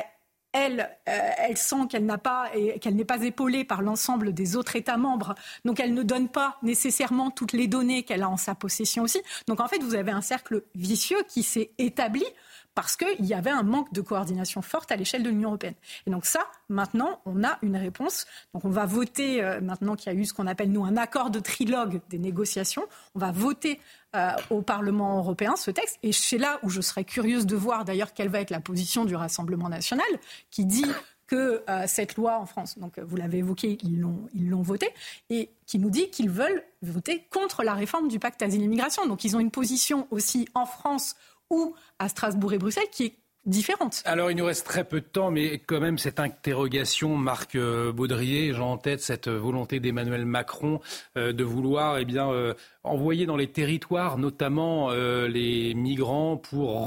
elle sent qu'elle n'est pas épaulée par l'ensemble des autres États membres. Donc elle ne donne pas nécessairement toutes les données qu'elle a en sa possession aussi. Donc en fait, vous avez un cercle vicieux qui s'est établi parce qu'il y avait un manque de coordination forte à l'échelle de l'Union européenne. Et donc ça, maintenant, on a une réponse. Donc on va voter, maintenant qu'il y a eu ce qu'on appelle, nous, un accord de trilogue des négociations, on va voter au Parlement européen ce texte. Et c'est là où je serais curieuse de voir d'ailleurs quelle va être la position du Rassemblement national, qui dit que cette loi en France, donc vous l'avez évoqué, ils l'ont votée, et qui nous dit qu'ils veulent voter contre la réforme du pacte asile et migration. Donc ils ont une position aussi en France ou à Strasbourg et Bruxelles qui est différente. Alors il nous reste très peu de temps, mais quand même cette interrogation, Marc Baudrier, j'ai en tête cette volonté d'Emmanuel Macron de vouloir envoyer dans les territoires, notamment les migrants, pour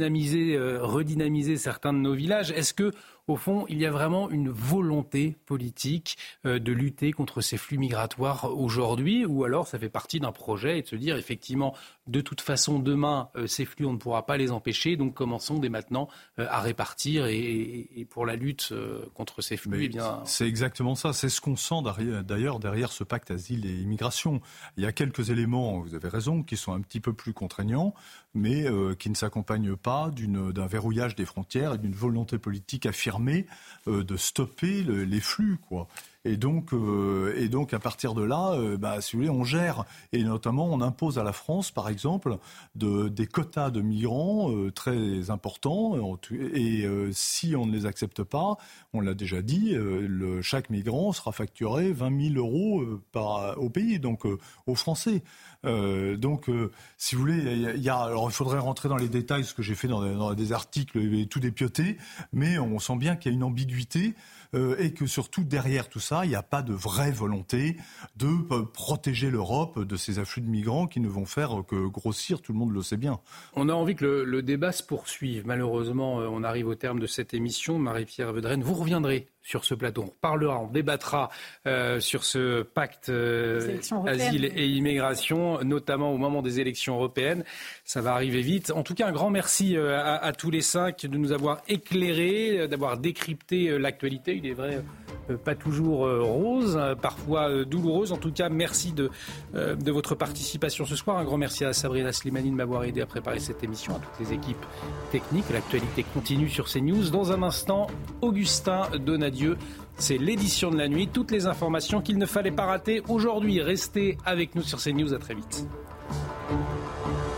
redynamiser certains de nos villages. Est-ce que, au fond, il y a vraiment une volonté politique de lutter contre ces flux migratoires aujourd'hui, ou alors ça fait partie d'un projet et de se dire effectivement, de toute façon, demain, ces flux, on ne pourra pas les empêcher, donc commençons dès maintenant à répartir et pour la lutte contre ces flux. C'est exactement ça, c'est ce qu'on sent d'ailleurs derrière ce pacte asile et immigration. Il y a quelques éléments, vous avez raison, qui sont un petit peu plus contraignants, mais qui ne s'accompagnent pas d'un verrouillage des frontières et d'une volonté politique affirmée de stopper les flux, quoi. Et donc, à partir de là, si vous voulez, on gère. Et notamment, on impose à la France, par exemple, des quotas de migrants très importants. Et si on ne les accepte pas, on l'a déjà dit, chaque migrant sera facturé 20 000 euros au pays, donc aux Français. Si vous voulez, alors il faudrait rentrer dans les détails, ce que j'ai fait dans des articles et tout dépioter, mais on sent bien qu'il y a une ambiguïté et que surtout derrière tout ça, il n'y a pas de vraie volonté de protéger l'Europe de ces afflux de migrants qui ne vont faire que grossir, tout le monde le sait bien. On a envie que le débat se poursuive. Malheureusement, on arrive au terme de cette émission. Marie-Pierre Vedrenne, vous reviendrez sur ce plateau. On reparlera, on débattra sur ce pacte asile et immigration, notamment au moment des élections européennes. Ça va arriver vite. En tout cas, un grand merci à tous les cinq de nous avoir éclairés, d'avoir décrypté l'actualité. Il est vrai, pas toujours rose, parfois douloureuse. En tout cas, merci de votre participation ce soir. Un grand merci à Sabrina Slimani de m'avoir aidé à préparer cette émission, à toutes les équipes techniques. L'actualité continue sur CNews. Dans un instant, Augustin Donadieu. C'est l'édition de la nuit. Toutes les informations qu'il ne fallait pas rater aujourd'hui. Restez avec nous sur CNews. À très vite.